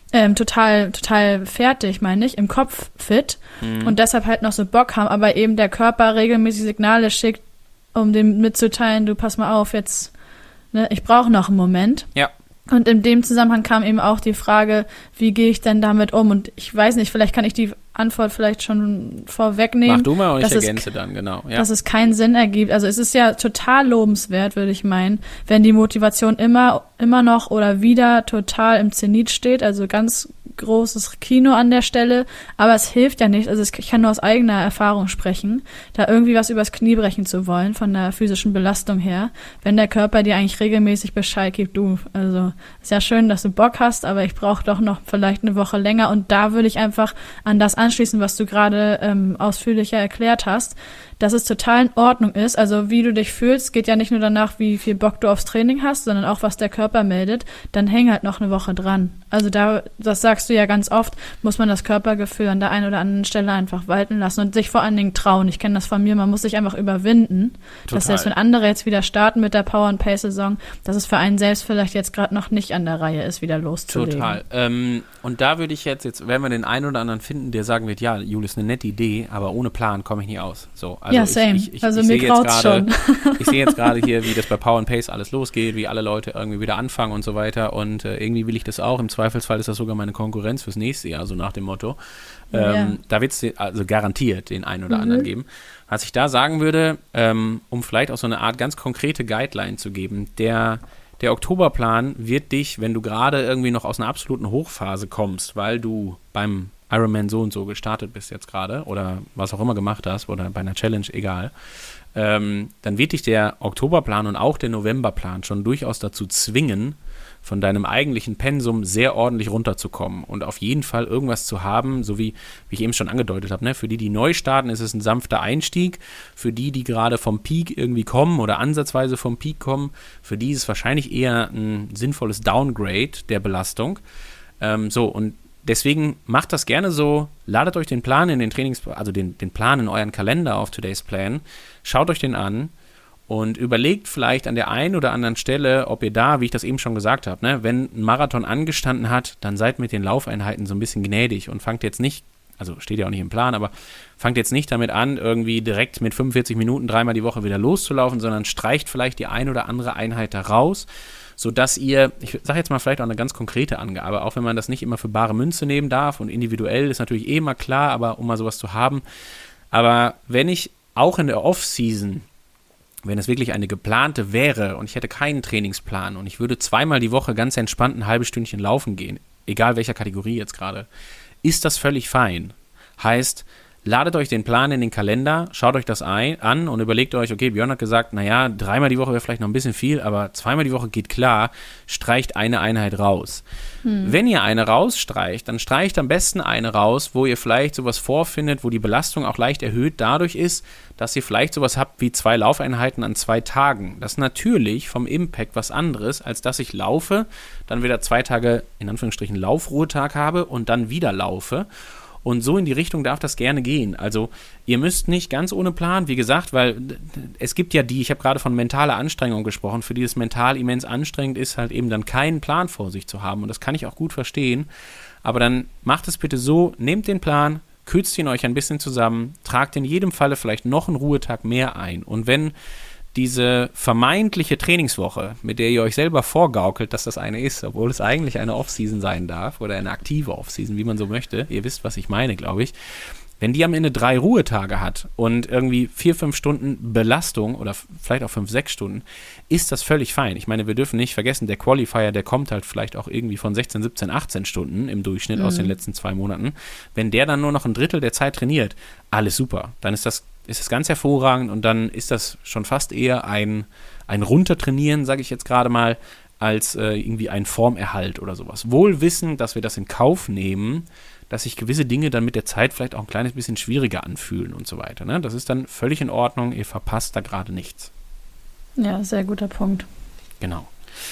ähm, total, total fertig, meine ich, im Kopf fit mhm. und deshalb halt noch so Bock haben, aber eben der Körper regelmäßig Signale schickt, um dem mitzuteilen, du pass mal auf, jetzt, ne, ich brauche noch einen Moment. Ja. Und in dem Zusammenhang kam eben auch die Frage, wie gehe ich denn damit um? Und ich weiß nicht, vielleicht kann ich die Antwort vielleicht schon vorwegnehmen. Mach du mal und ich es, ergänze dann, genau. Ja. Dass es keinen Sinn ergibt. Also es ist ja total lobenswert, würde ich meinen, wenn die Motivation immer, immer noch oder wieder total im Zenit steht, also ganz großes Kino an der Stelle, aber es hilft ja nicht, also ich kann nur aus eigener Erfahrung sprechen, da irgendwie was übers Knie brechen zu wollen, von der physischen Belastung her, wenn der Körper dir eigentlich regelmäßig Bescheid gibt, du, also ist ja schön, dass du Bock hast, aber ich brauche doch noch vielleicht eine Woche länger und da würde ich einfach an das anschließen, was du gerade ähm, ausführlicher erklärt hast, dass es total in Ordnung ist, also wie du dich fühlst, geht ja nicht nur danach, wie viel Bock du aufs Training hast, sondern auch, was der Körper meldet, dann häng halt noch eine Woche dran. Also da, das sagst du ja ganz oft, muss man das Körpergefühl an der einen oder anderen Stelle einfach walten lassen und sich vor allen Dingen trauen. Ich kenne das von mir, man muss sich einfach überwinden, Total. Dass selbst wenn andere jetzt wieder starten mit der Power-and-Pace-Saison, dass es für einen selbst vielleicht jetzt gerade noch nicht an der Reihe ist, wieder loszulegen. Total. Ähm, und da würde ich jetzt, jetzt werden wir den einen oder anderen finden, der sagen wird, ja, Julius, eine nette Idee, aber ohne Plan komme ich nie aus. So, also ja, same. Ich, ich, ich, also ich mir graut's schon. Ich sehe jetzt gerade hier, wie das bei Power and Pace alles losgeht, wie alle Leute irgendwie wieder anfangen und so weiter und äh, irgendwie will ich das auch. Im Zweifelsfall ist das sogar meine Konkurrenz fürs nächste Jahr, so nach dem Motto. Ähm, ja. Da wird es also garantiert den einen oder mhm. anderen geben. Was ich da sagen würde, ähm, um vielleicht auch so eine Art ganz konkrete Guideline zu geben, der Der Oktoberplan wird dich, wenn du gerade irgendwie noch aus einer absoluten Hochphase kommst, weil du beim Ironman so und so gestartet bist jetzt gerade oder was auch immer gemacht hast oder bei einer Challenge, egal, ähm, dann wird dich der Oktoberplan und auch der Novemberplan schon durchaus dazu zwingen, von deinem eigentlichen Pensum sehr ordentlich runterzukommen und auf jeden Fall irgendwas zu haben, so wie, wie ich eben schon angedeutet habe, ne? Für die, die neu starten, ist es ein sanfter Einstieg. Für die, die gerade vom Peak irgendwie kommen oder ansatzweise vom Peak kommen, für die ist es wahrscheinlich eher ein sinnvolles Downgrade der Belastung. Ähm, so, und deswegen macht das gerne so, ladet euch den Plan in den Trainings, also den, den Plan in euren Kalender auf Today's Plan, schaut euch den an und überlegt vielleicht an der einen oder anderen Stelle, ob ihr da, wie ich das eben schon gesagt habe, ne, wenn ein Marathon angestanden hat, dann seid mit den Laufeinheiten so ein bisschen gnädig und fangt jetzt nicht, also steht ja auch nicht im Plan, aber fangt jetzt nicht damit an, irgendwie direkt mit fünfundvierzig Minuten dreimal die Woche wieder loszulaufen, sondern streicht vielleicht die ein oder andere Einheit da raus, sodass ihr, ich sage jetzt mal vielleicht auch eine ganz konkrete Angabe, auch wenn man das nicht immer für bare Münze nehmen darf und individuell ist natürlich eh immer klar, aber um mal sowas zu haben, aber wenn ich auch in der Off-Season, wenn es wirklich eine geplante wäre und ich hätte keinen Trainingsplan und ich würde zweimal die Woche ganz entspannt ein halbes Stündchen laufen gehen, egal welcher Kategorie jetzt gerade, ist das völlig fein. Heißt, ladet euch den Plan in den Kalender, schaut euch das ein, an und überlegt euch, okay, Björn hat gesagt, naja, dreimal die Woche wäre vielleicht noch ein bisschen viel, aber zweimal die Woche geht klar, streicht eine Einheit raus. Hm. Wenn ihr eine rausstreicht, dann streicht am besten eine raus, wo ihr vielleicht sowas vorfindet, wo die Belastung auch leicht erhöht dadurch ist, dass ihr vielleicht sowas habt wie zwei Laufeinheiten an zwei Tagen. Das ist natürlich vom Impact was anderes, als dass ich laufe, dann wieder zwei Tage, in Anführungsstrichen, Laufruhetag habe und dann wieder laufe. Und so in die Richtung darf das gerne gehen. Also ihr müsst nicht ganz ohne Plan, wie gesagt, weil es gibt ja die, ich habe gerade von mentaler Anstrengung gesprochen, für die es mental immens anstrengend ist, halt eben dann keinen Plan vor sich zu haben. Und das kann ich auch gut verstehen. Aber dann macht es bitte so, nehmt den Plan, kürzt ihn euch ein bisschen zusammen, tragt in jedem Falle vielleicht noch einen Ruhetag mehr ein. Und wenn diese vermeintliche Trainingswoche, mit der ihr euch selber vorgaukelt, dass das eine ist, obwohl es eigentlich eine Off-Season sein darf oder eine aktive Off-Season, wie man so möchte, ihr wisst, was ich meine, glaube ich, wenn die am Ende drei Ruhetage hat und irgendwie vier, fünf Stunden Belastung oder vielleicht auch fünf, sechs Stunden, ist das völlig fein. Ich meine, wir dürfen nicht vergessen, der Qualifier, der kommt halt vielleicht auch irgendwie von sechzehn, siebzehn, achtzehn Stunden im Durchschnitt mhm. aus den letzten zwei Monaten. Wenn der dann nur noch ein Drittel der Zeit trainiert, alles super. Dann ist das ist das ganz hervorragend und dann ist das schon fast eher ein, ein Runtertrainieren, sage ich jetzt gerade mal, als äh, irgendwie ein Formerhalt oder sowas. Wohl wissend, dass wir das in Kauf nehmen, dass sich gewisse Dinge dann mit der Zeit vielleicht auch ein kleines bisschen schwieriger anfühlen und so weiter. Ne? Das ist dann völlig in Ordnung, ihr verpasst da gerade nichts. Ja, sehr guter Punkt. Genau.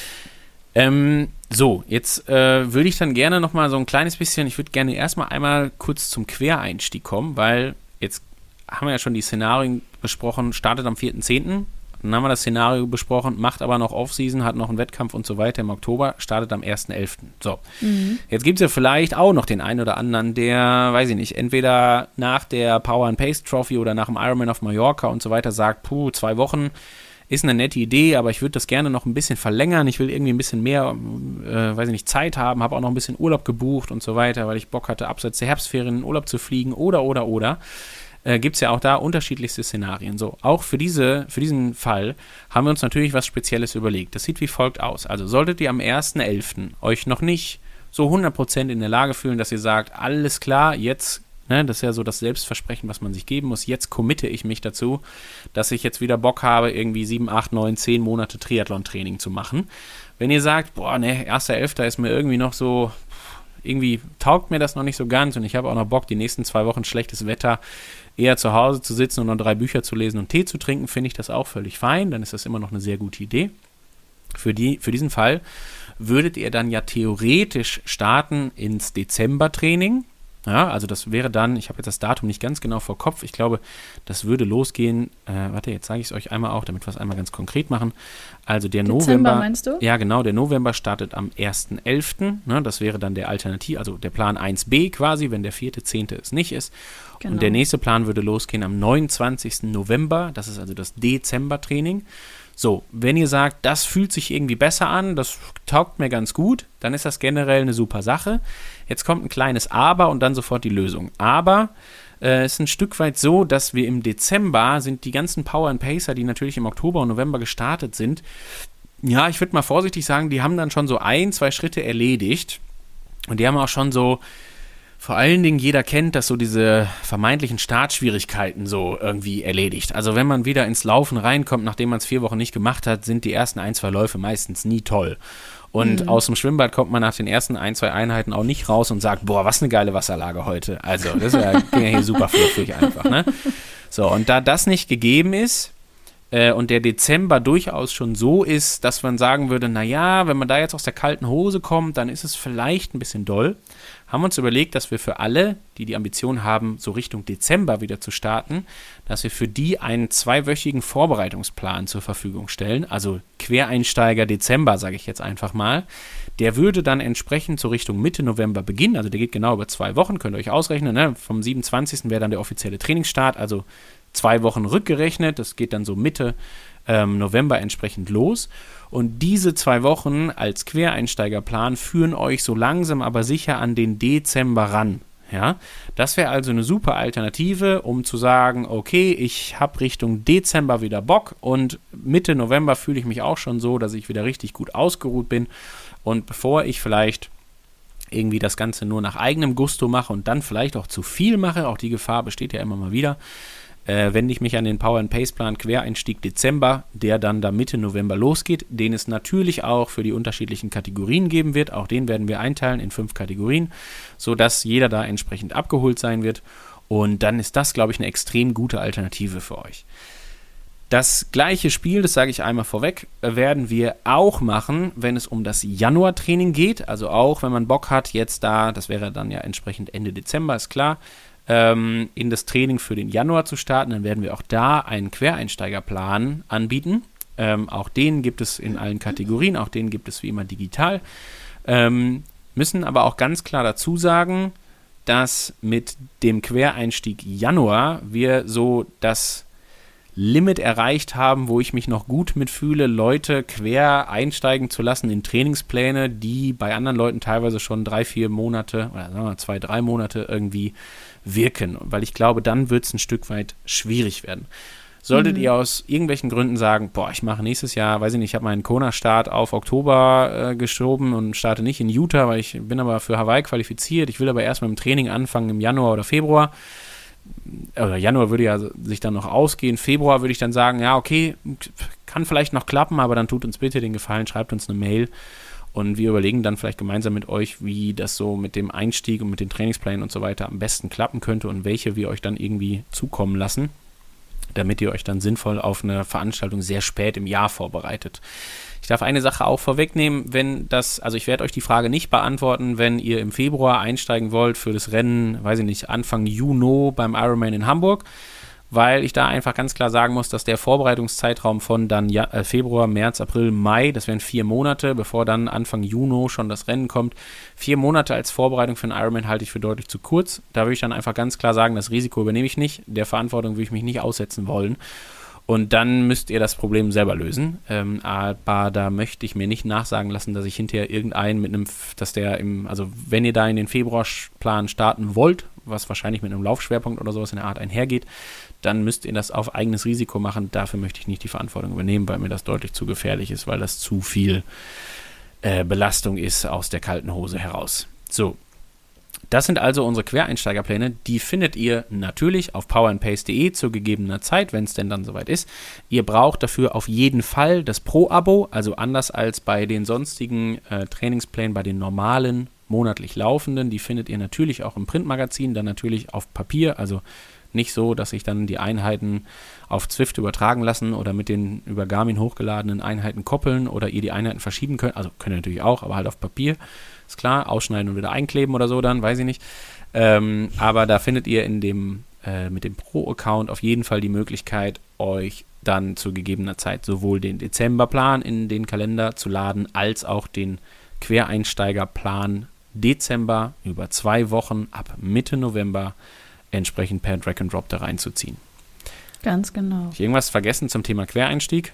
Ähm, so, jetzt äh, würde ich dann gerne nochmal so ein kleines bisschen, ich würde gerne erstmal einmal kurz zum Quereinstieg kommen, weil jetzt haben wir ja schon die Szenarien besprochen, startet am vierten zehnten Dann haben wir das Szenario besprochen, macht aber noch Offseason, hat noch einen Wettkampf und so weiter im Oktober, startet am ersten elften So, mhm. Jetzt gibt es ja vielleicht auch noch den einen oder anderen, der, weiß ich nicht, entweder nach der Power and Pace Trophy oder nach dem Ironman auf Mallorca und so weiter sagt, puh, zwei Wochen ist eine nette Idee, aber ich würde das gerne noch ein bisschen verlängern. Ich will irgendwie ein bisschen mehr, äh, weiß ich nicht, Zeit haben, habe auch noch ein bisschen Urlaub gebucht und so weiter, weil ich Bock hatte, abseits der Herbstferien in Urlaub zu fliegen oder, oder, oder. Äh, gibt es ja auch da unterschiedlichste Szenarien. So, auch für, diese, für diesen Fall haben wir uns natürlich was Spezielles überlegt. Das sieht wie folgt aus. Also solltet ihr am ersten elften euch noch nicht so hundert Prozent in der Lage fühlen, dass ihr sagt, alles klar, jetzt, ne, das ist ja so das Selbstversprechen, was man sich geben muss, jetzt committe ich mich dazu, dass ich jetzt wieder Bock habe, irgendwie sieben, acht, neun, zehn Monate Triathlon-Training zu machen. Wenn ihr sagt, boah, ne, erster elfter ist mir irgendwie noch so, irgendwie taugt mir das noch nicht so ganz und ich habe auch noch Bock, die nächsten zwei Wochen schlechtes Wetter eher zu Hause zu sitzen und noch drei Bücher zu lesen und Tee zu trinken, finde ich das auch völlig fein. Dann ist das immer noch eine sehr gute Idee. Für, die, für diesen Fall würdet ihr dann ja theoretisch starten ins Dezember-Training. Ja, also das wäre dann, ich habe jetzt das Datum nicht ganz genau vor Kopf, ich glaube, das würde losgehen, äh, warte, jetzt sage ich es euch einmal auch, damit wir es einmal ganz konkret machen. Also der Dezember, November, meinst du? Ja genau, der November startet am ersten elften Ne, das wäre dann der Alternativ, also der Plan eins b quasi, wenn der vierte zehnte es nicht ist. Genau. Und der nächste Plan würde losgehen am neunundzwanzigsten November, das ist also das Dezember-Training. So, wenn ihr sagt, das fühlt sich irgendwie besser an, das taugt mir ganz gut, dann ist das generell eine super Sache. Jetzt kommt ein kleines Aber und dann sofort die Lösung. Aber äh, es ist ein Stück weit so, dass wir im Dezember sind die ganzen Power and Pacer, die natürlich im Oktober und November gestartet sind, ja, ich würde mal vorsichtig sagen, die haben dann schon so ein, zwei Schritte erledigt und die haben auch schon so, vor allen Dingen, jeder kennt, dass so diese vermeintlichen Startschwierigkeiten so irgendwie erledigt. Also wenn man wieder ins Laufen reinkommt, nachdem man es vier Wochen nicht gemacht hat, sind die ersten ein, zwei Läufe meistens nie toll. Und mhm. aus dem Schwimmbad kommt man nach den ersten ein, zwei Einheiten auch nicht raus und sagt, boah, was eine geile Wasserlage heute. Also das ist ja, ging ja hier super fluffig einfach, ne? So, und da das nicht gegeben ist, äh, und der Dezember durchaus schon so ist, dass man sagen würde, naja, wenn man da jetzt aus der kalten Hose kommt, dann ist es vielleicht ein bisschen doll. Haben wir uns überlegt, dass wir für alle, die die Ambition haben, so Richtung Dezember wieder zu starten, dass wir für die einen zweiwöchigen Vorbereitungsplan zur Verfügung stellen, also Quereinsteiger Dezember, sage ich jetzt einfach mal. Der würde dann entsprechend so Richtung Mitte November beginnen, also der geht genau über zwei Wochen, könnt ihr euch ausrechnen, ne? Vom siebenundzwanzigsten wäre dann der offizielle Trainingsstart, also zwei Wochen rückgerechnet, das geht dann so Mitte ähm, November entsprechend los. Und diese zwei Wochen als Quereinsteigerplan führen euch so langsam aber sicher an den Dezember ran. Ja? Das wäre also eine super Alternative, um zu sagen, okay, ich habe Richtung Dezember wieder Bock und Mitte November fühle ich mich auch schon so, dass ich wieder richtig gut ausgeruht bin. Und bevor ich vielleicht irgendwie das Ganze nur nach eigenem Gusto mache und dann vielleicht auch zu viel mache, auch die Gefahr besteht ja immer mal wieder, Äh, wende ich mich an den Power and Pace Plan Quereinstieg Dezember, der dann da Mitte November losgeht, den es natürlich auch für die unterschiedlichen Kategorien geben wird. Auch den werden wir einteilen in fünf Kategorien, sodass jeder da entsprechend abgeholt sein wird. Und dann ist das, glaube ich, eine extrem gute Alternative für euch. Das gleiche Spiel, das sage ich einmal vorweg, werden wir auch machen, wenn es um das Januar-Training geht. Also auch, wenn man Bock hat, jetzt da, das wäre dann ja entsprechend Ende Dezember, ist klar, in das Training für den Januar zu starten, dann werden wir auch da einen Quereinsteigerplan anbieten. Ähm, auch den gibt es in allen Kategorien, auch den gibt es wie immer digital. Ähm, müssen aber auch ganz klar dazu sagen, dass mit dem Quereinstieg Januar wir so das Limit erreicht haben, wo ich mich noch gut mitfühle, Leute quer einsteigen zu lassen in Trainingspläne, die bei anderen Leuten teilweise schon drei, vier Monate oder sagen wir mal zwei, drei Monate irgendwie wirken. Weil ich glaube, dann wird es ein Stück weit schwierig werden. Solltet mhm. ihr aus irgendwelchen Gründen sagen, boah, ich mache nächstes Jahr, weiß ich nicht, ich habe meinen Kona-Start auf Oktober äh, geschoben und starte nicht in Utah, weil ich bin aber für Hawaii qualifiziert, ich will aber erst mit dem Training anfangen im Januar oder Februar, oder Januar würde ja sich dann noch ausgehen, Februar würde ich dann sagen, ja okay, kann vielleicht noch klappen, aber dann tut uns bitte den Gefallen, schreibt uns eine Mail und wir überlegen dann vielleicht gemeinsam mit euch, wie das so mit dem Einstieg und mit den Trainingsplänen und so weiter am besten klappen könnte und welche wir euch dann irgendwie zukommen lassen, damit ihr euch dann sinnvoll auf eine Veranstaltung sehr spät im Jahr vorbereitet. Ich darf eine Sache auch vorwegnehmen, wenn das, also ich werde euch die Frage nicht beantworten, wenn ihr im Februar einsteigen wollt für das Rennen, weiß ich nicht, Anfang Juni beim Ironman in Hamburg, weil ich da einfach ganz klar sagen muss, dass der Vorbereitungszeitraum von dann ja, äh, Februar, März, April, Mai, das wären vier Monate, bevor dann Anfang Juni schon das Rennen kommt, vier Monate als Vorbereitung für einen Ironman halte ich für deutlich zu kurz. Da würde ich dann einfach ganz klar sagen, das Risiko übernehme ich nicht, der Verantwortung würde ich mich nicht aussetzen wollen. Und dann müsst ihr das Problem selber lösen. Ähm, aber da möchte ich mir nicht nachsagen lassen, dass ich hinterher irgendeinen mit einem, dass der im, also wenn ihr da in den Februarplan starten wollt, was wahrscheinlich mit einem Laufschwerpunkt oder sowas in der Art einhergeht, dann müsst ihr das auf eigenes Risiko machen. Dafür möchte ich nicht die Verantwortung übernehmen, weil mir das deutlich zu gefährlich ist, weil das zu viel äh, Belastung ist aus der kalten Hose heraus. So. Das sind also unsere Quereinsteigerpläne. Die findet ihr natürlich auf power and pace punkt de zu gegebener Zeit, wenn es denn dann soweit ist. Ihr braucht dafür auf jeden Fall das Pro-Abo, also anders als bei den sonstigen äh, Trainingsplänen, bei den normalen monatlich laufenden. Die findet ihr natürlich auch im Printmagazin, dann natürlich auf Papier, also nicht so, dass sich dann die Einheiten auf Zwift übertragen lassen oder mit den über Garmin hochgeladenen Einheiten koppeln oder ihr die Einheiten verschieben könnt. Also könnt ihr natürlich auch, aber halt auf Papier. Ist klar, ausschneiden und wieder einkleben oder so dann, weiß ich nicht. Ähm, aber da findet ihr in dem, äh, mit dem Pro-Account auf jeden Fall die Möglichkeit, euch dann zu gegebener Zeit sowohl den Dezemberplan in den Kalender zu laden, als auch den Quereinsteigerplan Dezember über zwei Wochen ab Mitte November entsprechend per Drag and Drop da reinzuziehen. Ganz genau. Habe ich irgendwas vergessen zum Thema Quereinstieg?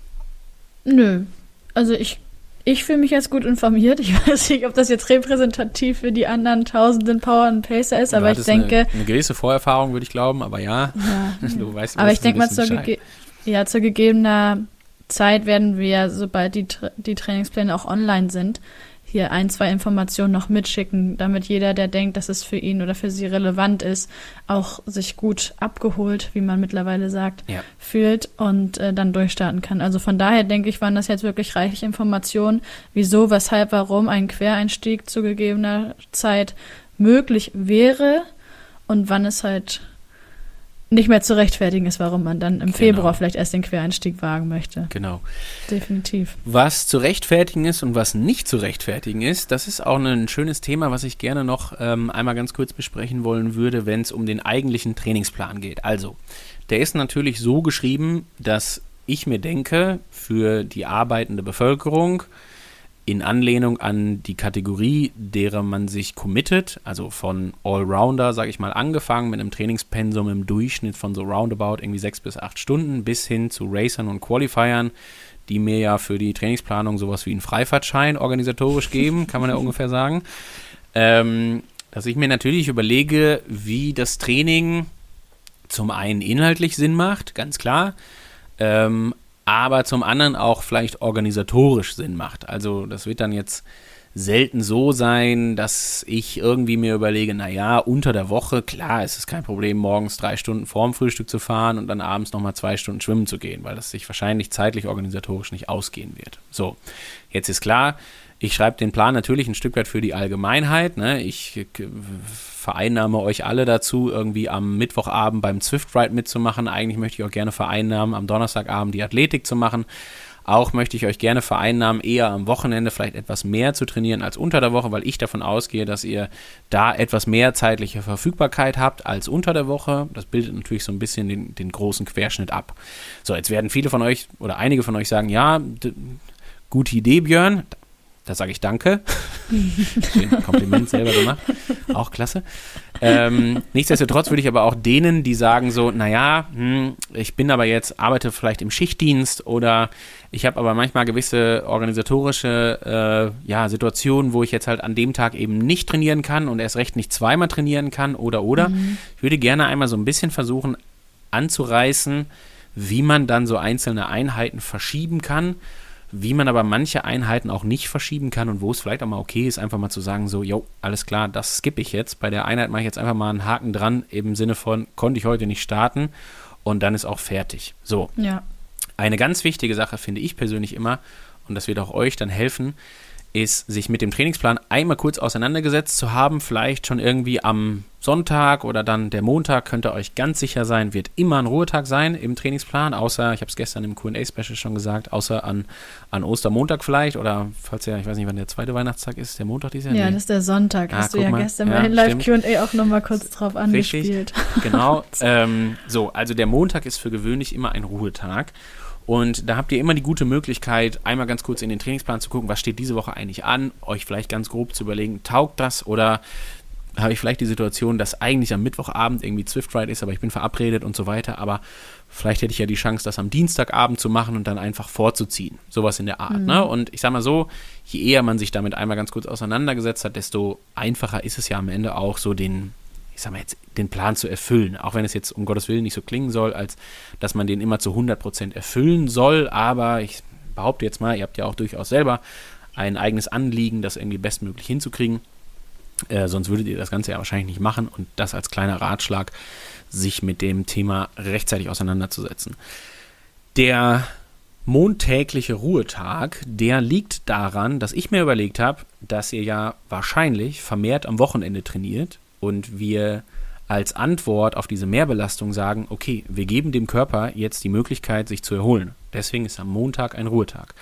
Nö. Also ich Ich fühle mich jetzt gut informiert. Ich weiß nicht, ob das jetzt repräsentativ für die anderen tausenden Power and Pacer ist, aber ich denke... Eine, eine gewisse Vorerfahrung, würde ich glauben, aber ja. ja du weißt, aber ich denke mal, zur, gege- ja, zur gegebener Zeit werden wir, sobald die, Tra- die Trainingspläne auch online sind, hier ein, zwei Informationen noch mitschicken, damit jeder, der denkt, dass es für ihn oder für sie relevant ist, auch sich gut abgeholt, wie man mittlerweile sagt, ja. fühlt und äh, dann durchstarten kann. Also von daher denke ich, waren das jetzt wirklich reichlich Informationen, wieso, weshalb, warum ein Quereinstieg zu gegebener Zeit möglich wäre und wann es halt nicht mehr zu rechtfertigen ist, warum man dann im genau. Februar vielleicht erst den Quereinstieg wagen möchte. Genau. Definitiv. Was zu rechtfertigen ist und was nicht zu rechtfertigen ist, das ist auch ein schönes Thema, was ich gerne noch ähm, einmal ganz kurz besprechen wollen würde, wenn es um den eigentlichen Trainingsplan geht. Also, der ist natürlich so geschrieben, dass ich mir denke, für die arbeitende Bevölkerung in Anlehnung an die Kategorie, derer man sich committet, also von Allrounder, sage ich mal, angefangen mit einem Trainingspensum im Durchschnitt von so roundabout irgendwie sechs bis acht Stunden bis hin zu Racern und Qualifiern, die mir ja für die Trainingsplanung sowas wie einen Freifahrtschein organisatorisch geben, kann man ja ungefähr sagen, ähm, dass ich mir natürlich überlege, wie das Training zum einen inhaltlich Sinn macht, ganz klar, ähm, aber zum anderen auch vielleicht organisatorisch Sinn macht. Also das wird dann jetzt selten so sein, dass ich irgendwie mir überlege, naja, unter der Woche, klar, ist es kein Problem, morgens drei Stunden vorm Frühstück zu fahren und dann abends nochmal zwei Stunden schwimmen zu gehen, weil das sich wahrscheinlich zeitlich organisatorisch nicht ausgehen wird. So, jetzt ist klar, ich schreibe den Plan natürlich ein Stück weit für die Allgemeinheit. Ne? Ich vereinnahme euch alle dazu, irgendwie am Mittwochabend beim Zwift-Ride mitzumachen. Eigentlich möchte ich auch gerne vereinnahmen, am Donnerstagabend die Athletik zu machen. Auch möchte ich euch gerne vereinnahmen, eher am Wochenende vielleicht etwas mehr zu trainieren als unter der Woche, weil ich davon ausgehe, dass ihr da etwas mehr zeitliche Verfügbarkeit habt als unter der Woche. Das bildet natürlich so ein bisschen den, den großen Querschnitt ab. So, jetzt werden viele von euch oder einige von euch sagen, ja, d- gute Idee, Björn. Da sage ich danke. Schön, Kompliment selber gemacht. Auch klasse. Ähm, nichtsdestotrotz würde ich aber auch denen, die sagen so, naja, hm, ich bin aber jetzt, arbeite vielleicht im Schichtdienst oder ich habe aber manchmal gewisse organisatorische äh, ja, Situationen, wo ich jetzt halt an dem Tag eben nicht trainieren kann und erst recht nicht zweimal trainieren kann oder oder. Mhm. Ich würde gerne einmal so ein bisschen versuchen anzureißen, wie man dann so einzelne Einheiten verschieben kann, wie man aber manche Einheiten auch nicht verschieben kann und wo es vielleicht auch mal okay ist, einfach mal zu sagen, so, jo, alles klar, das skippe ich jetzt. Bei der Einheit mache ich jetzt einfach mal einen Haken dran, im Sinne von, konnte ich heute nicht starten und dann ist auch fertig. So. Ja. Eine ganz wichtige Sache finde ich persönlich immer, und das wird auch euch dann helfen, ist, sich mit dem Trainingsplan einmal kurz auseinandergesetzt zu haben, vielleicht schon irgendwie am Sonntag oder dann der Montag, könnt ihr euch ganz sicher sein, wird immer ein Ruhetag sein im Trainingsplan, außer, ich habe es gestern im Q and A-Special schon gesagt, außer an, an Ostermontag vielleicht oder falls ja, ich weiß nicht, wann der zweite Weihnachtstag ist, der Montag dieses Jahr? Ja, nee. das ist der Sonntag, ah, hast du ja mal. gestern ja, bei den Live-Q and A auch nochmal kurz drauf angespielt. Richtig, genau. ähm, so, also der Montag ist für gewöhnlich immer ein Ruhetag. Und da habt ihr immer die gute Möglichkeit, einmal ganz kurz in den Trainingsplan zu gucken, was steht diese Woche eigentlich an, euch vielleicht ganz grob zu überlegen, taugt das oder habe ich vielleicht die Situation, dass eigentlich am Mittwochabend irgendwie Zwift Ride ist, aber ich bin verabredet und so weiter, aber vielleicht hätte ich ja die Chance, das am Dienstagabend zu machen und dann einfach vorzuziehen. Sowas in der Art. Mhm. Ne? Und ich sag mal so, je eher man sich damit einmal ganz kurz auseinandergesetzt hat, desto einfacher ist es ja am Ende auch so den, ich sag mal jetzt, den Plan zu erfüllen. Auch wenn es jetzt um Gottes Willen nicht so klingen soll, als dass man den immer zu hundert Prozent erfüllen soll, aber ich behaupte jetzt mal, ihr habt ja auch durchaus selber ein eigenes Anliegen, das irgendwie bestmöglich hinzukriegen. Äh, sonst würdet ihr das Ganze ja wahrscheinlich nicht machen und das als kleiner Ratschlag, sich mit dem Thema rechtzeitig auseinanderzusetzen. Der montägliche Ruhetag, der liegt daran, dass ich mir überlegt habe, dass ihr ja wahrscheinlich vermehrt am Wochenende trainiert und wir als Antwort auf diese Mehrbelastung sagen, okay, wir geben dem Körper jetzt die Möglichkeit, sich zu erholen. Deswegen ist am Montag ein Ruhetag.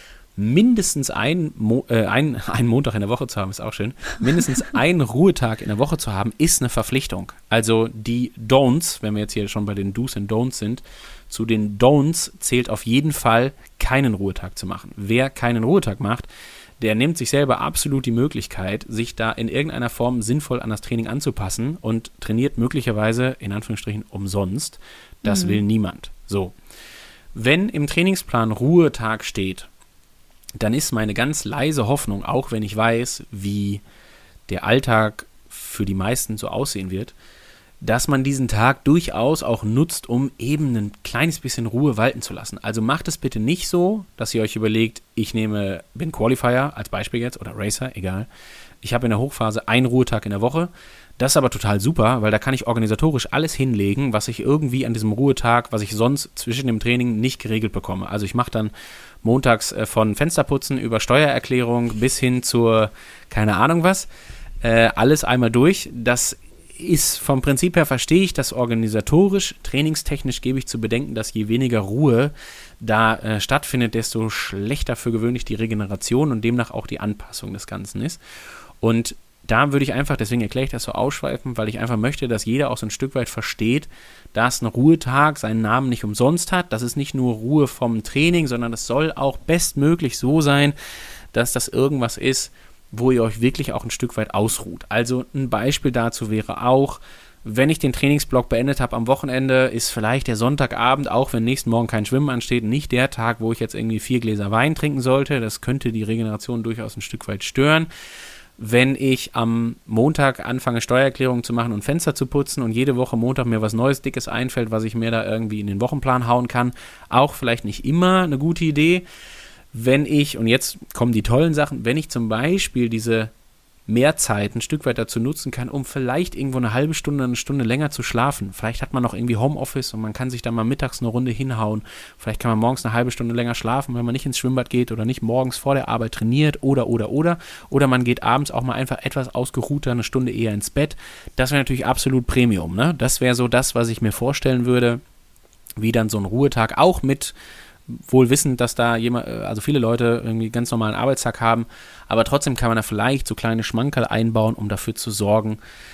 Mindestens ein, Mo- äh, ein, einen Montag in der Woche zu haben, ist auch schön. Mindestens einen Ruhetag in der Woche zu haben, ist eine Verpflichtung. Also die Don'ts, wenn wir jetzt hier schon bei den Do's und Don'ts sind, zu den Don'ts zählt auf jeden Fall, keinen Ruhetag zu machen. Wer keinen Ruhetag macht, der nimmt sich selber absolut die Möglichkeit, sich da in irgendeiner Form sinnvoll an das Training anzupassen und trainiert möglicherweise, in Anführungsstrichen, umsonst. Das mhm. will niemand. So. Wenn im Trainingsplan Ruhetag steht, dann ist meine ganz leise Hoffnung, auch wenn ich weiß, wie der Alltag für die meisten so aussehen wird, dass man diesen Tag durchaus auch nutzt, um eben ein kleines bisschen Ruhe walten zu lassen. Also macht es bitte nicht so, dass ihr euch überlegt, ich nehme, bin Qualifier als Beispiel jetzt oder Racer, egal. Ich habe in der Hochphase einen Ruhetag in der Woche. Das ist aber total super, weil da kann ich organisatorisch alles hinlegen, was ich irgendwie an diesem Ruhetag, was ich sonst zwischen dem Training nicht geregelt bekomme. Also ich mache dann montags äh, von Fensterputzen über Steuererklärung bis hin zur, keine Ahnung was, äh, alles einmal durch. Das ist vom Prinzip her, verstehe ich das organisatorisch, trainingstechnisch gebe ich zu bedenken, dass je weniger Ruhe da äh, stattfindet, desto schlechter für gewöhnlich die Regeneration und demnach auch die Anpassung des Ganzen ist. Und da würde ich einfach, deswegen erkläre ich das so ausschweifend, weil ich einfach möchte, dass jeder auch so ein Stück weit versteht, dass ein Ruhetag seinen Namen nicht umsonst hat. Das ist nicht nur Ruhe vom Training, sondern es soll auch bestmöglich so sein, dass das irgendwas ist, wo ihr euch wirklich auch ein Stück weit ausruht. Also ein Beispiel dazu wäre auch, wenn ich den Trainingsblock beendet habe am Wochenende, ist vielleicht der Sonntagabend, auch wenn nächsten Morgen kein Schwimmen ansteht, nicht der Tag, wo ich jetzt irgendwie vier Gläser Wein trinken sollte. Das könnte die Regeneration durchaus ein Stück weit stören. Wenn ich am Montag anfange, Steuererklärungen zu machen und Fenster zu putzen und jede Woche Montag mir was Neues, Dickes einfällt, was ich mir da irgendwie in den Wochenplan hauen kann, auch vielleicht nicht immer eine gute Idee. Wenn ich, und jetzt kommen die tollen Sachen, wenn ich zum Beispiel diese Mehrzeit ein Stück weit dazu nutzen kann, um vielleicht irgendwo eine halbe Stunde, eine Stunde länger zu schlafen. Vielleicht hat man noch irgendwie Homeoffice und man kann sich dann mal mittags eine Runde hinhauen. Vielleicht kann man morgens eine halbe Stunde länger schlafen, wenn man nicht ins Schwimmbad geht oder nicht morgens vor der Arbeit trainiert oder, oder, oder. Oder man geht abends auch mal einfach etwas ausgeruhter eine Stunde eher ins Bett. Das wäre natürlich absolut Premium, ne? Das wäre so das, was ich mir vorstellen würde, wie dann so ein Ruhetag auch mit wohl wissend, dass da jemand, also viele Leute irgendwie ganz normalen Arbeitstag haben, aber trotzdem kann man da vielleicht so kleine Schmankerl einbauen, um dafür zu sorgen,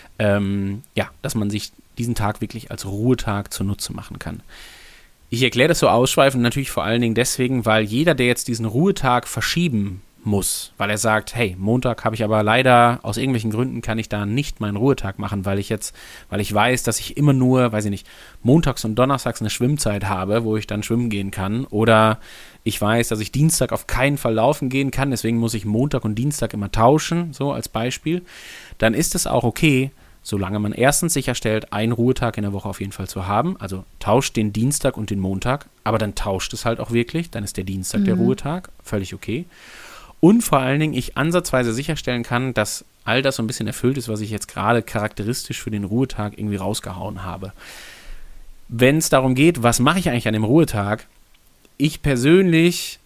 ähm, ja, dass man sich diesen Tag wirklich als Ruhetag zunutze machen kann. Ich erkläre das so ausschweifend natürlich vor allen Dingen deswegen, weil jeder, der jetzt diesen Ruhetag verschieben muss, weil er sagt, hey, Montag habe ich aber leider, aus irgendwelchen Gründen kann ich da nicht meinen Ruhetag machen, weil ich jetzt, weil ich weiß, dass ich immer nur, weiß ich nicht, montags und donnerstags eine Schwimmzeit habe, wo ich dann schwimmen gehen kann, oder ich weiß, dass ich Dienstag auf keinen Fall laufen gehen kann, deswegen muss ich Montag und Dienstag immer tauschen, so als Beispiel, dann ist es auch okay, solange man erstens sicherstellt, einen Ruhetag in der Woche auf jeden Fall zu haben, also tauscht den Dienstag und den Montag, aber dann tauscht es halt auch wirklich, dann ist der Dienstag mhm. der Ruhetag, völlig okay. Und vor allen Dingen ich ansatzweise sicherstellen kann, dass all das so ein bisschen erfüllt ist, was ich jetzt gerade charakteristisch für den Ruhetag irgendwie rausgehauen habe. Wenn es darum geht, was mache ich eigentlich an dem Ruhetag? Ich persönlich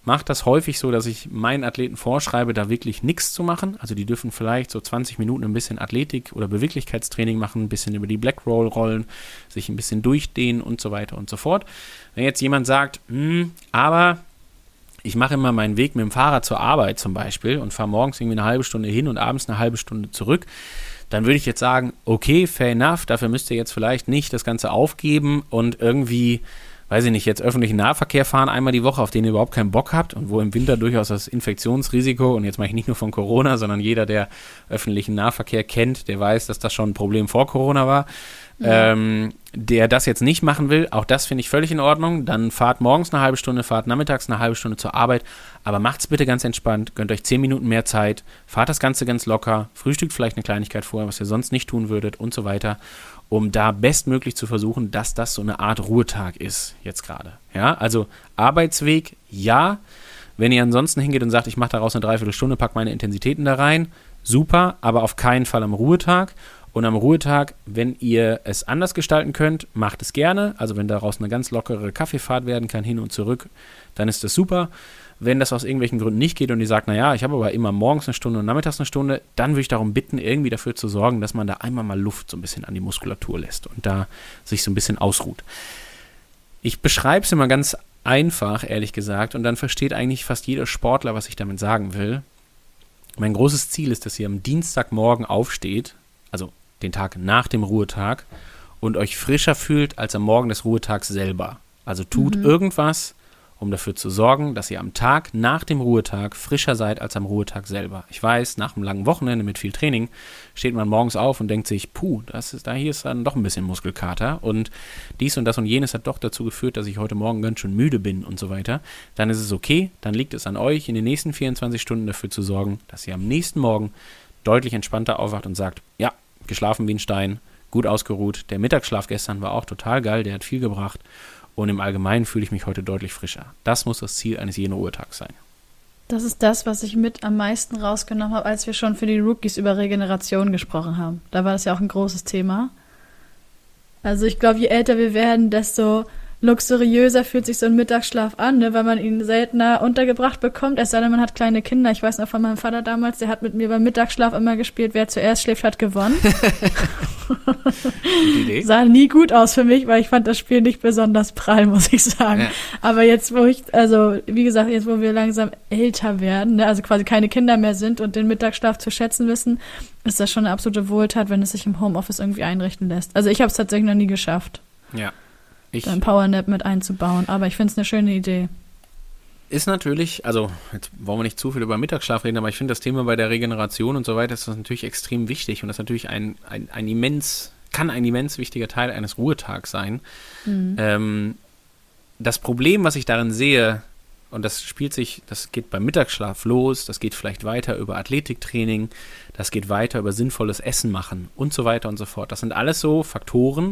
mache das häufig so, dass ich meinen Athleten vorschreibe, da wirklich nichts zu machen. Also die dürfen vielleicht so zwanzig Minuten ein bisschen Athletik- oder Beweglichkeitstraining machen, ein bisschen über die Black Roll rollen, sich ein bisschen durchdehnen und so weiter und so fort. Wenn jetzt jemand sagt, hm, aber ich mache immer meinen Weg mit dem Fahrrad zur Arbeit zum Beispiel und fahre morgens irgendwie eine halbe Stunde hin und abends eine halbe Stunde zurück, dann würde ich jetzt sagen, okay, fair enough, dafür müsst ihr jetzt vielleicht nicht das Ganze aufgeben und irgendwie, weiß ich nicht, jetzt öffentlichen Nahverkehr fahren einmal die Woche, auf den ihr überhaupt keinen Bock habt und wo im Winter durchaus das Infektionsrisiko, und jetzt mache ich nicht nur von Corona, sondern jeder, der öffentlichen Nahverkehr kennt, der weiß, dass das schon ein Problem vor Corona war, ja. ähm, der das jetzt nicht machen will, auch das finde ich völlig in Ordnung, dann fahrt morgens eine halbe Stunde, fahrt nachmittags eine halbe Stunde zur Arbeit, aber macht's bitte ganz entspannt, gönnt euch zehn Minuten mehr Zeit, fahrt das Ganze ganz locker, frühstückt vielleicht eine Kleinigkeit vorher, was ihr sonst nicht tun würdet und so weiter, um da bestmöglich zu versuchen, dass das so eine Art Ruhetag ist, jetzt gerade. Ja, also Arbeitsweg, ja. Wenn ihr ansonsten hingeht und sagt, ich mache daraus eine Dreiviertelstunde, pack meine Intensitäten da rein, super, aber auf keinen Fall am Ruhetag. Und am Ruhetag, wenn ihr es anders gestalten könnt, macht es gerne. Also wenn daraus eine ganz lockere Kaffeefahrt werden kann, hin und zurück, dann ist das super. Wenn das aus irgendwelchen Gründen nicht geht und ihr sagt, naja, ich habe aber immer morgens eine Stunde und nachmittags eine Stunde, dann würde ich darum bitten, irgendwie dafür zu sorgen, dass man da einmal mal Luft so ein bisschen an die Muskulatur lässt und da sich so ein bisschen ausruht. Ich beschreibe es immer ganz einfach, ehrlich gesagt, und dann versteht eigentlich fast jeder Sportler, was ich damit sagen will. Mein großes Ziel ist, dass ihr am Dienstagmorgen aufsteht, also den Tag nach dem Ruhetag, und euch frischer fühlt als am Morgen des Ruhetags selber. Also tut mhm. irgendwas, um dafür zu sorgen, dass ihr am Tag nach dem Ruhetag frischer seid als am Ruhetag selber. Ich weiß, nach einem langen Wochenende mit viel Training steht man morgens auf und denkt sich, puh, das ist, da hier ist dann doch ein bisschen Muskelkater und dies und das und jenes hat doch dazu geführt, dass ich heute Morgen ganz schön müde bin und so weiter. Dann ist es okay, dann liegt es an euch, in den nächsten vierundzwanzig Stunden dafür zu sorgen, dass ihr am nächsten Morgen deutlich entspannter aufwacht und sagt, ja, geschlafen wie ein Stein, gut ausgeruht. Der Mittagsschlaf gestern war auch total geil, der hat viel gebracht. Und im Allgemeinen fühle ich mich heute deutlich frischer. Das muss das Ziel eines jeden Ruhetags sein. Das ist das, was ich mit am meisten rausgenommen habe, als wir schon für die Rookies über Regeneration gesprochen haben. Da war das ja auch ein großes Thema. Also ich glaube, je älter wir werden, desto luxuriöser fühlt sich so ein Mittagsschlaf an, ne, weil man ihn seltener untergebracht bekommt, es sei denn, man hat kleine Kinder. Ich weiß noch von meinem Vater damals, der hat mit mir beim Mittagsschlaf immer gespielt, wer zuerst schläft, hat gewonnen. Gute Idee. Sah nie gut aus für mich, weil ich fand das Spiel nicht besonders prall, muss ich sagen. Ja. Aber jetzt, wo ich, also wie gesagt, jetzt, wo wir langsam älter werden, ne, also quasi keine Kinder mehr sind und den Mittagsschlaf zu schätzen wissen, ist das schon eine absolute Wohltat, wenn es sich im Homeoffice irgendwie einrichten lässt. Also ich habe es tatsächlich noch nie geschafft. Ja. Ich, ein Powernap mit einzubauen, aber ich finde es eine schöne Idee. Ist natürlich, also jetzt wollen wir nicht zu viel über Mittagsschlaf reden, aber ich finde das Thema bei der Regeneration und so weiter ist das natürlich extrem wichtig und das ist natürlich ein, ein, ein immens, kann ein immens wichtiger Teil eines Ruhetags sein. Mhm. Ähm, das Problem, was ich darin sehe, und das spielt sich, das geht beim Mittagsschlaf los, das geht vielleicht weiter über Athletiktraining, das geht weiter über sinnvolles Essen machen und so weiter und so fort. Das sind alles so Faktoren,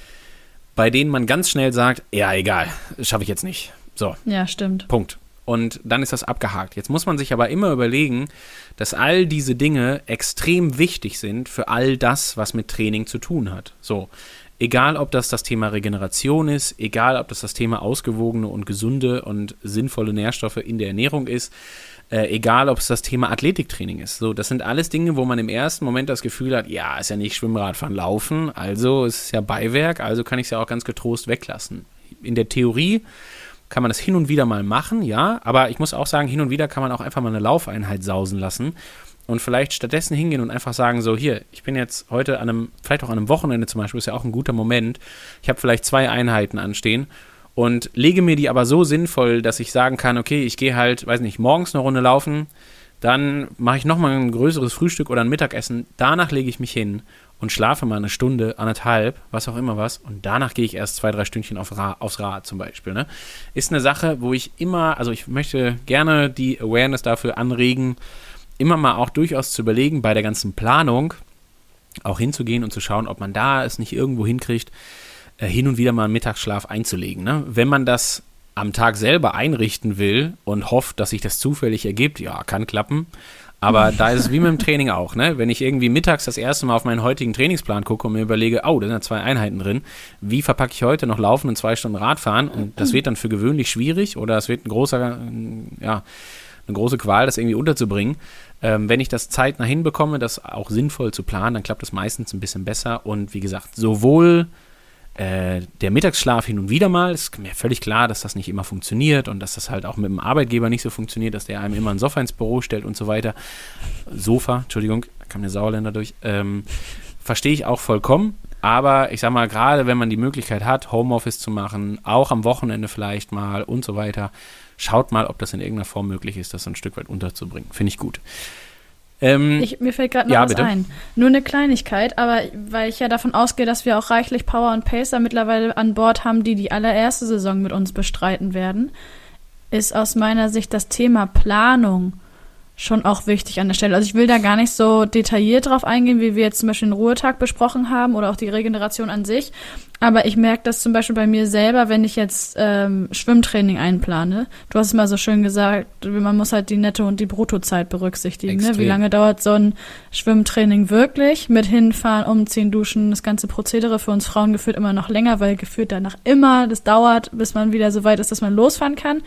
bei denen man ganz schnell sagt, ja, egal, das schaffe ich jetzt nicht. So. Ja, stimmt. Punkt. Und dann ist das abgehakt. Jetzt muss man sich aber immer überlegen, dass all diese Dinge extrem wichtig sind für all das, was mit Training zu tun hat. So. Egal, ob das das Thema Regeneration ist, egal, ob das das Thema ausgewogene und gesunde und sinnvolle Nährstoffe in der Ernährung ist, Äh, egal, ob es das Thema Athletiktraining ist. So, das sind alles Dinge, wo man im ersten Moment das Gefühl hat, ja, ist ja nicht Schwimmradfahren, Laufen, also ist es ja Beiwerk, also kann ich es ja auch ganz getrost weglassen. In der Theorie kann man das hin und wieder mal machen, ja, aber ich muss auch sagen, hin und wieder kann man auch einfach mal eine Laufeinheit sausen lassen und vielleicht stattdessen hingehen und einfach sagen, so hier, ich bin jetzt heute an einem, vielleicht auch an einem Wochenende zum Beispiel, ist ja auch ein guter Moment, ich habe vielleicht zwei Einheiten anstehen und lege mir die aber so sinnvoll, dass ich sagen kann, okay, ich gehe halt, weiß nicht, morgens eine Runde laufen, dann mache ich nochmal ein größeres Frühstück oder ein Mittagessen, danach lege ich mich hin und schlafe mal eine Stunde, anderthalb, was auch immer was, und danach gehe ich erst zwei, drei Stündchen auf Ra- aufs Rad zum Beispiel. Ne? Ist eine Sache, wo ich immer, also ich möchte gerne die Awareness dafür anregen, immer mal auch durchaus zu überlegen, bei der ganzen Planung auch hinzugehen und zu schauen, ob man da es nicht irgendwo hinkriegt, hin und wieder mal einen Mittagsschlaf einzulegen. Ne? Wenn man das am Tag selber einrichten will und hofft, dass sich das zufällig ergibt, ja, kann klappen, Aber da ist es wie mit dem Training auch, ne? Wenn ich irgendwie mittags das erste Mal auf meinen heutigen Trainingsplan gucke und mir überlege, oh, da sind ja zwei Einheiten drin, wie verpacke ich heute noch Laufen und zwei Stunden Radfahren? Und das wird dann für gewöhnlich schwierig oder es wird ein großer, ja, eine große Qual, das irgendwie unterzubringen. Ähm, wenn ich das zeitnah hinbekomme, das auch sinnvoll zu planen, dann klappt das meistens ein bisschen besser. Und wie gesagt, sowohl äh, der Mittagsschlaf hin und wieder mal, ist mir völlig klar, dass das nicht immer funktioniert und dass das halt auch mit dem Arbeitgeber nicht so funktioniert, dass der einem immer ein Sofa ins Büro stellt und so weiter. Sofa, Entschuldigung, da kam der Sauerländer durch. Ähm, verstehe ich auch vollkommen. Aber ich sag mal, gerade wenn man die Möglichkeit hat, Homeoffice zu machen, auch am Wochenende vielleicht mal und so weiter, schaut mal, ob das in irgendeiner Form möglich ist, das so ein Stück weit unterzubringen. Finde ich gut. Ähm, ich, mir fällt gerade noch ja, was bitte? ein. Nur eine Kleinigkeit, aber weil ich ja davon ausgehe, dass wir auch reichlich Power und Pacer mittlerweile an Bord haben, die die allererste Saison mit uns bestreiten werden, ist aus meiner Sicht das Thema Planung schon auch wichtig an der Stelle. Also ich will da gar nicht so detailliert drauf eingehen, wie wir jetzt zum Beispiel den Ruhetag besprochen haben oder auch die Regeneration an sich. Aber ich merke das zum Beispiel bei mir selber, wenn ich jetzt ähm, Schwimmtraining einplane. Du hast es mal so schön gesagt, man muss halt die Netto- und die Bruttozeit berücksichtigen. Ne? Wie lange dauert so ein Schwimmtraining wirklich? Mit hinfahren, umziehen, duschen, das ganze Prozedere für uns Frauen gefühlt immer noch länger, weil gefühlt danach immer, das dauert, bis man wieder so weit ist, dass man losfahren kann.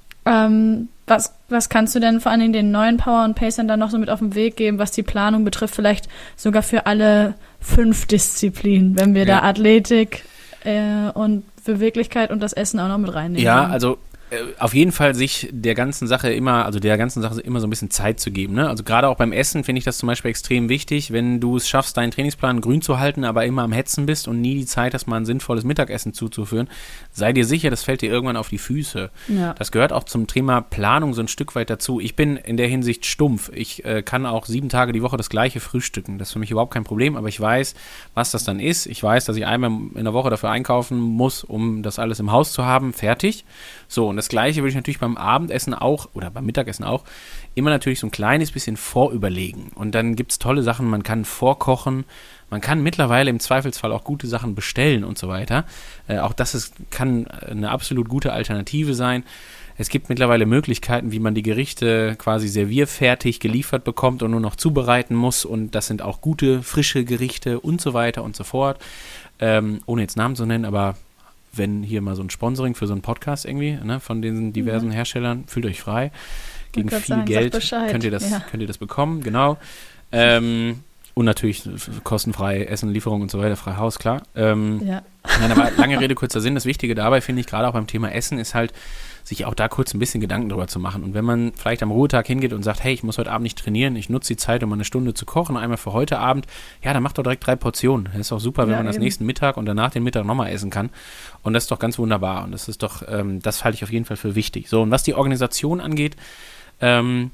Ähm, was, was kannst du denn vor allen Dingen den neuen Power und Pacern dann noch so mit auf den Weg geben, was die Planung betrifft, vielleicht sogar für alle fünf Disziplinen, wenn wir Ja. da Athletik äh, und Beweglichkeit und das Essen auch noch mit reinnehmen? Ja, also äh, auf jeden Fall sich der ganzen Sache immer, also der ganzen Sache immer so ein bisschen Zeit zu geben. Ne? Also gerade auch beim Essen finde ich das zum Beispiel extrem wichtig, wenn du es schaffst, deinen Trainingsplan grün zu halten, aber immer am Hetzen bist und nie die Zeit hast, mal ein sinnvolles Mittagessen zuzuführen, sei dir sicher, das fällt dir irgendwann auf die Füße. Ja. Das gehört auch zum Thema Planung so ein Stück weit dazu. Ich bin in der Hinsicht stumpf. Ich äh, kann auch sieben Tage die Woche das gleiche frühstücken. Das ist für mich überhaupt kein Problem, aber ich weiß, was das dann ist. Ich weiß, dass ich einmal in der Woche dafür einkaufen muss, um das alles im Haus zu haben. Fertig. So, und das Gleiche würde ich natürlich beim Abendessen auch, oder beim Mittagessen auch, immer natürlich so ein kleines bisschen vorüberlegen. Und dann gibt es tolle Sachen, man kann vorkochen, man kann mittlerweile im Zweifelsfall auch gute Sachen bestellen und so weiter. Äh, auch das ist, kann eine absolut gute Alternative sein. Es gibt mittlerweile Möglichkeiten, wie man die Gerichte quasi servierfertig geliefert bekommt und nur noch zubereiten muss. Und das sind auch gute, frische Gerichte und so weiter und so fort. Ähm, ohne jetzt Namen zu nennen, aber wenn hier mal so ein Sponsoring für so einen Podcast irgendwie, ne, von diesen diversen Herstellern, fühlt euch frei. Gegen viel sagen, Geld sag Bescheid. könnt ihr das, Ja. könnt ihr das bekommen, genau. Ähm, und natürlich kostenfrei Essen, Lieferung und so weiter, frei Haus, klar. Ähm, Ja. Nein, aber lange Rede, kurzer Sinn. Das Wichtige dabei, finde ich, gerade auch beim Thema Essen, ist halt, sich auch da kurz ein bisschen Gedanken drüber zu machen. Und wenn man vielleicht am Ruhetag hingeht und sagt, hey, ich muss heute Abend nicht trainieren, ich nutze die Zeit, um mal eine Stunde zu kochen, einmal für heute Abend, ja, dann macht doch direkt drei Portionen. Das ist auch super, wenn Ja, man das eben. nächsten Mittag und danach den Mittag nochmal essen kann. Und das ist doch ganz wunderbar. Und das ist doch, ähm, das halte ich auf jeden Fall für wichtig. So, und was die Organisation angeht, ähm,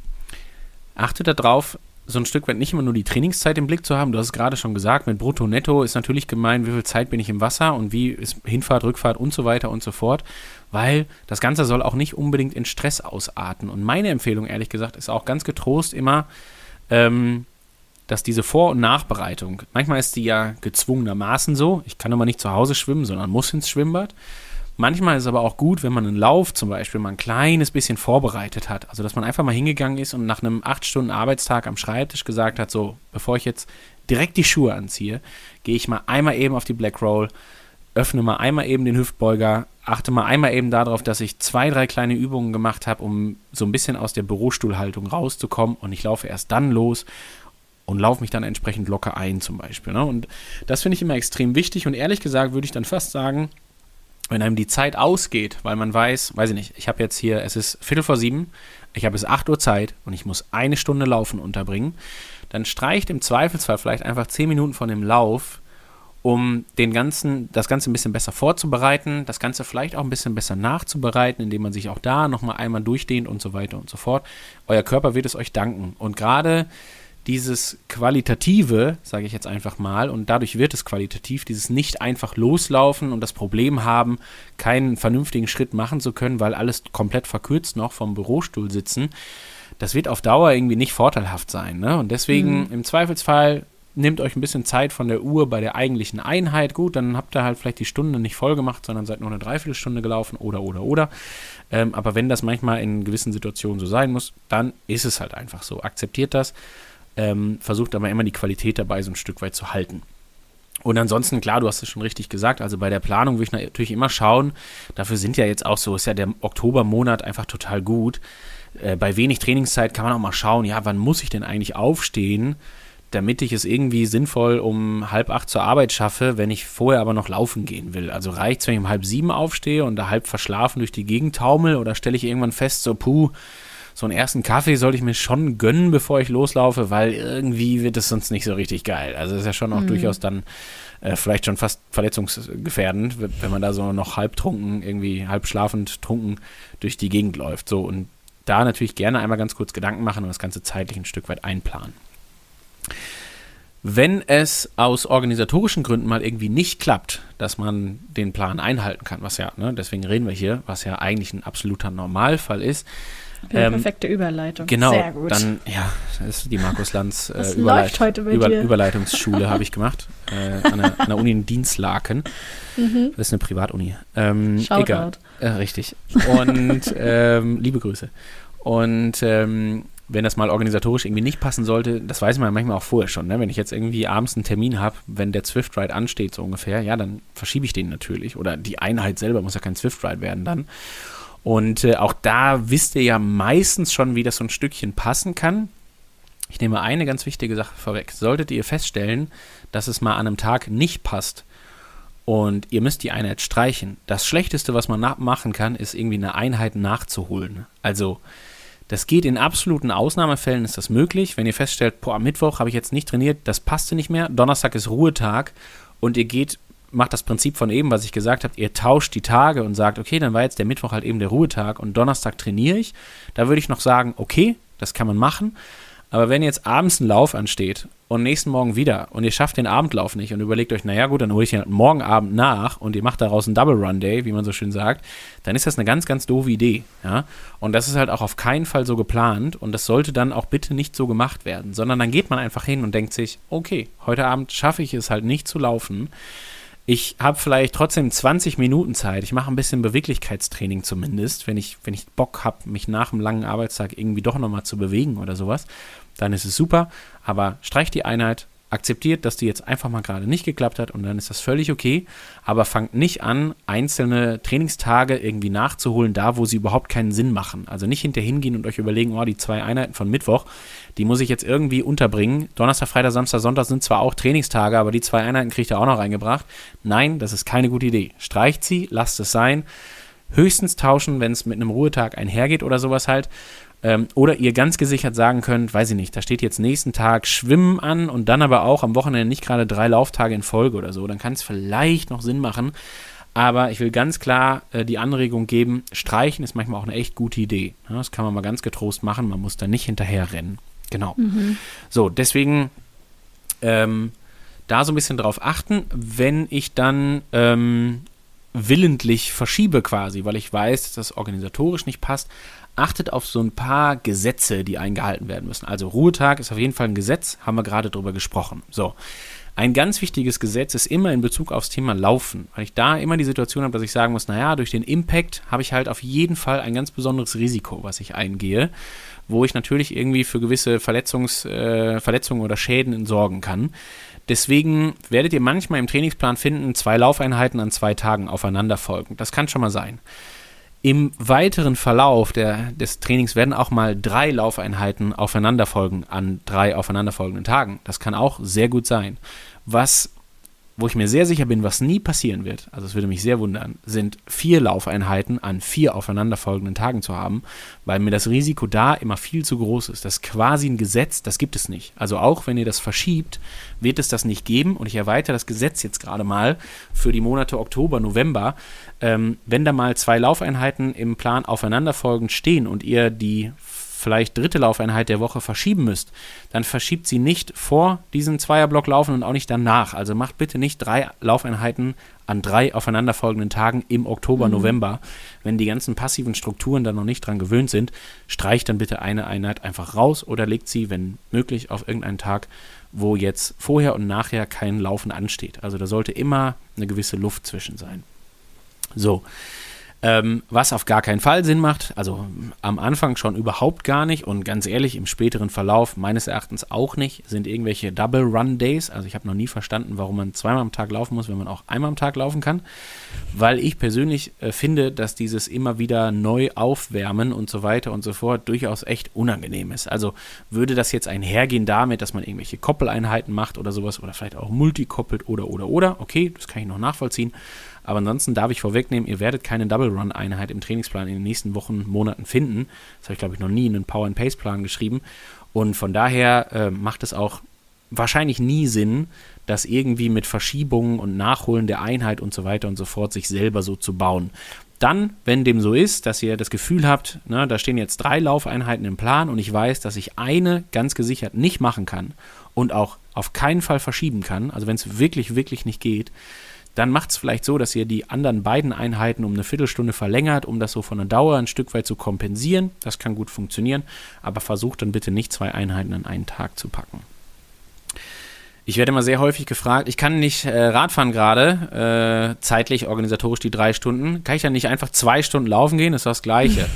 achtet darauf, so ein Stück weit nicht immer nur die Trainingszeit im Blick zu haben. Du hast es gerade schon gesagt, mit Brutto, Netto ist natürlich gemeint, wie viel Zeit bin ich im Wasser und wie ist Hinfahrt, Rückfahrt und so weiter und so fort, weil das Ganze soll auch nicht unbedingt in Stress ausarten. Und meine Empfehlung, ehrlich gesagt, ist auch ganz getrost immer, ähm, dass diese Vor- und Nachbereitung, manchmal ist die ja gezwungenermaßen so, ich kann aber nicht zu Hause schwimmen, sondern muss ins Schwimmbad. Manchmal ist es aber auch gut, wenn man einen Lauf zum Beispiel mal ein kleines bisschen vorbereitet hat. Also, dass man einfach mal hingegangen ist und nach einem acht Stunden Arbeitstag am Schreibtisch gesagt hat, so, bevor ich jetzt direkt die Schuhe anziehe, gehe ich mal einmal eben auf die Black Roll, öffne mal einmal eben den Hüftbeuger, achte mal einmal eben darauf, dass ich zwei, drei kleine Übungen gemacht habe, um so ein bisschen aus der Bürostuhlhaltung rauszukommen und ich laufe erst dann los und laufe mich dann entsprechend locker ein zum Beispiel. Ne? Und das finde ich immer extrem wichtig und ehrlich gesagt würde ich dann fast sagen, wenn einem die Zeit ausgeht, weil man weiß, weiß ich nicht, ich habe jetzt hier, es ist Viertel vor sieben, ich habe bis acht Uhr Zeit und ich muss eine Stunde Laufen unterbringen, dann streicht im Zweifelsfall vielleicht einfach zehn Minuten von dem Lauf, um den ganzen, das Ganze ein bisschen besser vorzubereiten, das Ganze vielleicht auch ein bisschen besser nachzubereiten, indem man sich auch da nochmal einmal durchdehnt und so weiter und so fort. Euer Körper wird es euch danken. Und gerade dieses Qualitative, sage ich jetzt einfach mal, und dadurch wird es qualitativ, dieses nicht einfach loslaufen und das Problem haben, keinen vernünftigen Schritt machen zu können, weil alles komplett verkürzt noch vom Bürostuhl sitzen, das wird auf Dauer irgendwie nicht vorteilhaft sein. Ne? Und deswegen Mhm. im Zweifelsfall nehmt euch ein bisschen Zeit von der Uhr bei der eigentlichen Einheit. Gut, dann habt ihr halt vielleicht die Stunde nicht voll gemacht, sondern seid nur eine Dreiviertelstunde gelaufen oder, oder, oder. Ähm, aber wenn das manchmal in gewissen Situationen so sein muss, dann ist es halt einfach so. Akzeptiert das, ähm, versucht aber immer die Qualität dabei so ein Stück weit zu halten. Und ansonsten, klar, du hast es schon richtig gesagt, also bei der Planung würde ich natürlich immer schauen, dafür sind ja jetzt auch so, ist ja der Oktobermonat einfach total gut. Äh, bei wenig Trainingszeit kann man auch mal schauen, ja, wann muss ich denn eigentlich aufstehen, damit ich es irgendwie sinnvoll um halb acht zur Arbeit schaffe, wenn ich vorher aber noch laufen gehen will. Also reicht es, wenn ich um halb sieben aufstehe und da halb verschlafen durch die Gegend taumel, oder stelle ich irgendwann fest, so puh, so einen ersten Kaffee sollte ich mir schon gönnen, bevor ich loslaufe, weil irgendwie wird es sonst nicht so richtig geil. Also das ist ja schon auch mhm. durchaus dann äh, vielleicht schon fast verletzungsgefährdend, wenn man da so noch halb trunken, irgendwie halb schlafend trunken durch die Gegend läuft. So, und da natürlich gerne einmal ganz kurz Gedanken machen und das Ganze zeitlich ein Stück weit einplanen. Wenn es aus organisatorischen Gründen mal irgendwie nicht klappt, dass man den Plan einhalten kann, was ja, ne, deswegen reden wir hier, was ja eigentlich ein absoluter Normalfall ist. Eine ähm, perfekte Überleitung. Genau, sehr gut. Dann, ja, das ist die Markus Lanz äh, was Überleit- läuft heute bei Über- dir? Überleitungsschule habe ich gemacht, äh, an, der, an der Uni in Dienstlaken. Mhm. Das ist eine Privatuni. Ähm, Shoutout. Egal. Äh, richtig. Und ähm, liebe Grüße. Und ähm, wenn das mal organisatorisch irgendwie nicht passen sollte, das weiß man manchmal auch vorher schon, ne? Wenn ich jetzt irgendwie abends einen Termin habe, wenn der Zwift Ride ansteht, so ungefähr, ja, dann verschiebe ich den natürlich. Oder die Einheit selber muss ja kein Zwift Ride werden dann. Und äh, auch da wisst ihr ja meistens schon, wie das so ein Stückchen passen kann. Ich nehme eine ganz wichtige Sache vorweg. Solltet ihr feststellen, dass es mal an einem Tag nicht passt und ihr müsst die Einheit streichen, das Schlechteste, was man na- machen kann, ist irgendwie eine Einheit nachzuholen. Also das geht in absoluten Ausnahmefällen, ist das möglich. Wenn ihr feststellt, boah, am Mittwoch habe ich jetzt nicht trainiert, das passte nicht mehr, Donnerstag ist Ruhetag und ihr geht, macht das Prinzip von eben, was ich gesagt habe, ihr tauscht die Tage und sagt, okay, dann war jetzt der Mittwoch halt eben der Ruhetag und Donnerstag trainiere ich. Da würde ich noch sagen, okay, das kann man machen. Aber wenn jetzt abends ein Lauf ansteht und nächsten Morgen wieder und ihr schafft den Abendlauf nicht und überlegt euch, naja gut, dann hole ich den morgen Abend nach und ihr macht daraus einen Double-Run-Day, wie man so schön sagt, dann ist das eine ganz, ganz doofe Idee. Ja? Und das ist halt auch auf keinen Fall so geplant und das sollte dann auch bitte nicht so gemacht werden, sondern dann geht man einfach hin und denkt sich, okay, heute Abend schaffe ich es halt nicht zu laufen. Ich habe vielleicht trotzdem zwanzig Minuten Zeit. Ich mache ein bisschen Beweglichkeitstraining zumindest, wenn ich, wenn ich Bock habe, mich nach einem langen Arbeitstag irgendwie doch nochmal zu bewegen oder sowas. Dann ist es super, aber streicht die Einheit, akzeptiert, dass die jetzt einfach mal gerade nicht geklappt hat und dann ist das völlig okay, aber fangt nicht an, einzelne Trainingstage irgendwie nachzuholen, da wo sie überhaupt keinen Sinn machen. Also nicht hinterher hingehen und euch überlegen, oh, die zwei Einheiten von Mittwoch, die muss ich jetzt irgendwie unterbringen. Donnerstag, Freitag, Samstag, Sonntag sind zwar auch Trainingstage, aber die zwei Einheiten kriegt ihr auch noch reingebracht. Nein, das ist keine gute Idee. Streicht sie, lasst es sein. Höchstens tauschen, wenn es mit einem Ruhetag einhergeht oder sowas halt. Ähm, oder ihr ganz gesichert sagen könnt, weiß ich nicht, da steht jetzt nächsten Tag Schwimmen an und dann aber auch am Wochenende nicht gerade drei Lauftage in Folge oder so. Dann kann es vielleicht noch Sinn machen. Aber ich will ganz klar äh, die Anregung geben, streichen ist manchmal auch eine echt gute Idee. Ja, das kann man mal ganz getrost machen, man muss da nicht hinterher rennen. Genau. Mhm. So, deswegen ähm, da so ein bisschen drauf achten, wenn ich dann ähm, willentlich verschiebe quasi, weil ich weiß, dass das organisatorisch nicht passt, achtet auf so ein paar Gesetze, die eingehalten werden müssen. Also Ruhetag ist auf jeden Fall ein Gesetz, haben wir gerade drüber gesprochen. So, ein ganz wichtiges Gesetz ist immer in Bezug aufs Thema Laufen, weil ich da immer die Situation habe, dass ich sagen muss, naja, durch den Impact habe ich halt auf jeden Fall ein ganz besonderes Risiko, was ich eingehe, wo ich natürlich irgendwie für gewisse Verletzungs, äh, Verletzungen oder Schäden sorgen kann. Deswegen werdet ihr manchmal im Trainingsplan finden, zwei Laufeinheiten an zwei Tagen aufeinander folgen. Das kann schon mal sein. Im weiteren Verlauf der, des Trainings werden auch mal drei Laufeinheiten aufeinander folgen an drei aufeinanderfolgenden Tagen. Das kann auch sehr gut sein. Was, wo ich mir sehr sicher bin, was nie passieren wird, also es würde mich sehr wundern, sind vier Laufeinheiten an vier aufeinanderfolgenden Tagen zu haben, weil mir das Risiko da immer viel zu groß ist. Das ist quasi ein Gesetz, das gibt es nicht. Also auch wenn ihr das verschiebt, wird es das nicht geben und ich erweitere das Gesetz jetzt gerade mal für die Monate Oktober, November. Ähm, wenn da mal zwei Laufeinheiten im Plan aufeinanderfolgend stehen und ihr die vielleicht dritte Laufeinheit der Woche verschieben müsst, dann verschiebt sie nicht vor diesen Zweierblock laufen und auch nicht danach. Also macht bitte nicht drei Laufeinheiten an drei aufeinanderfolgenden Tagen im Oktober, mhm. November. Wenn die ganzen passiven Strukturen dann noch nicht dran gewöhnt sind, streicht dann bitte eine Einheit einfach raus oder legt sie, wenn möglich, auf irgendeinen Tag, wo jetzt vorher und nachher kein Laufen ansteht. Also da sollte immer eine gewisse Luft zwischen sein. So. Ähm, was auf gar keinen Fall Sinn macht, also am Anfang schon überhaupt gar nicht und ganz ehrlich, im späteren Verlauf meines Erachtens auch nicht, sind irgendwelche Double-Run-Days. Also ich habe noch nie verstanden, warum man zweimal am Tag laufen muss, wenn man auch einmal am Tag laufen kann, weil ich persönlich äh, finde, dass dieses immer wieder neu aufwärmen und so weiter und so fort durchaus echt unangenehm ist. Also würde das jetzt einhergehen damit, dass man irgendwelche Koppeleinheiten macht oder sowas oder vielleicht auch multikoppelt oder oder oder, okay, das kann ich noch nachvollziehen. Aber ansonsten darf ich vorwegnehmen, ihr werdet keine Double-Run-Einheit im Trainingsplan in den nächsten Wochen, Monaten finden. Das habe ich, glaube ich, noch nie in einen Power-and-Pace-Plan geschrieben. Und von daher äh, macht es auch wahrscheinlich nie Sinn, das irgendwie mit Verschiebungen und Nachholen der Einheit und so weiter und so fort sich selber so zu bauen. Dann, wenn dem so ist, dass ihr das Gefühl habt, ne, da stehen jetzt drei Laufeinheiten im Plan und ich weiß, dass ich eine ganz gesichert nicht machen kann und auch auf keinen Fall verschieben kann, also wenn es wirklich, wirklich nicht geht, dann macht es vielleicht so, dass ihr die anderen beiden Einheiten um eine Viertelstunde verlängert, um das so von der Dauer ein Stück weit zu kompensieren. Das kann gut funktionieren, aber versucht dann bitte nicht zwei Einheiten an einen Tag zu packen. Ich werde immer sehr häufig gefragt, ich kann nicht äh, Radfahren gerade, äh, zeitlich, organisatorisch die drei Stunden, kann ich dann nicht einfach zwei Stunden laufen gehen? Das ist das Gleiche.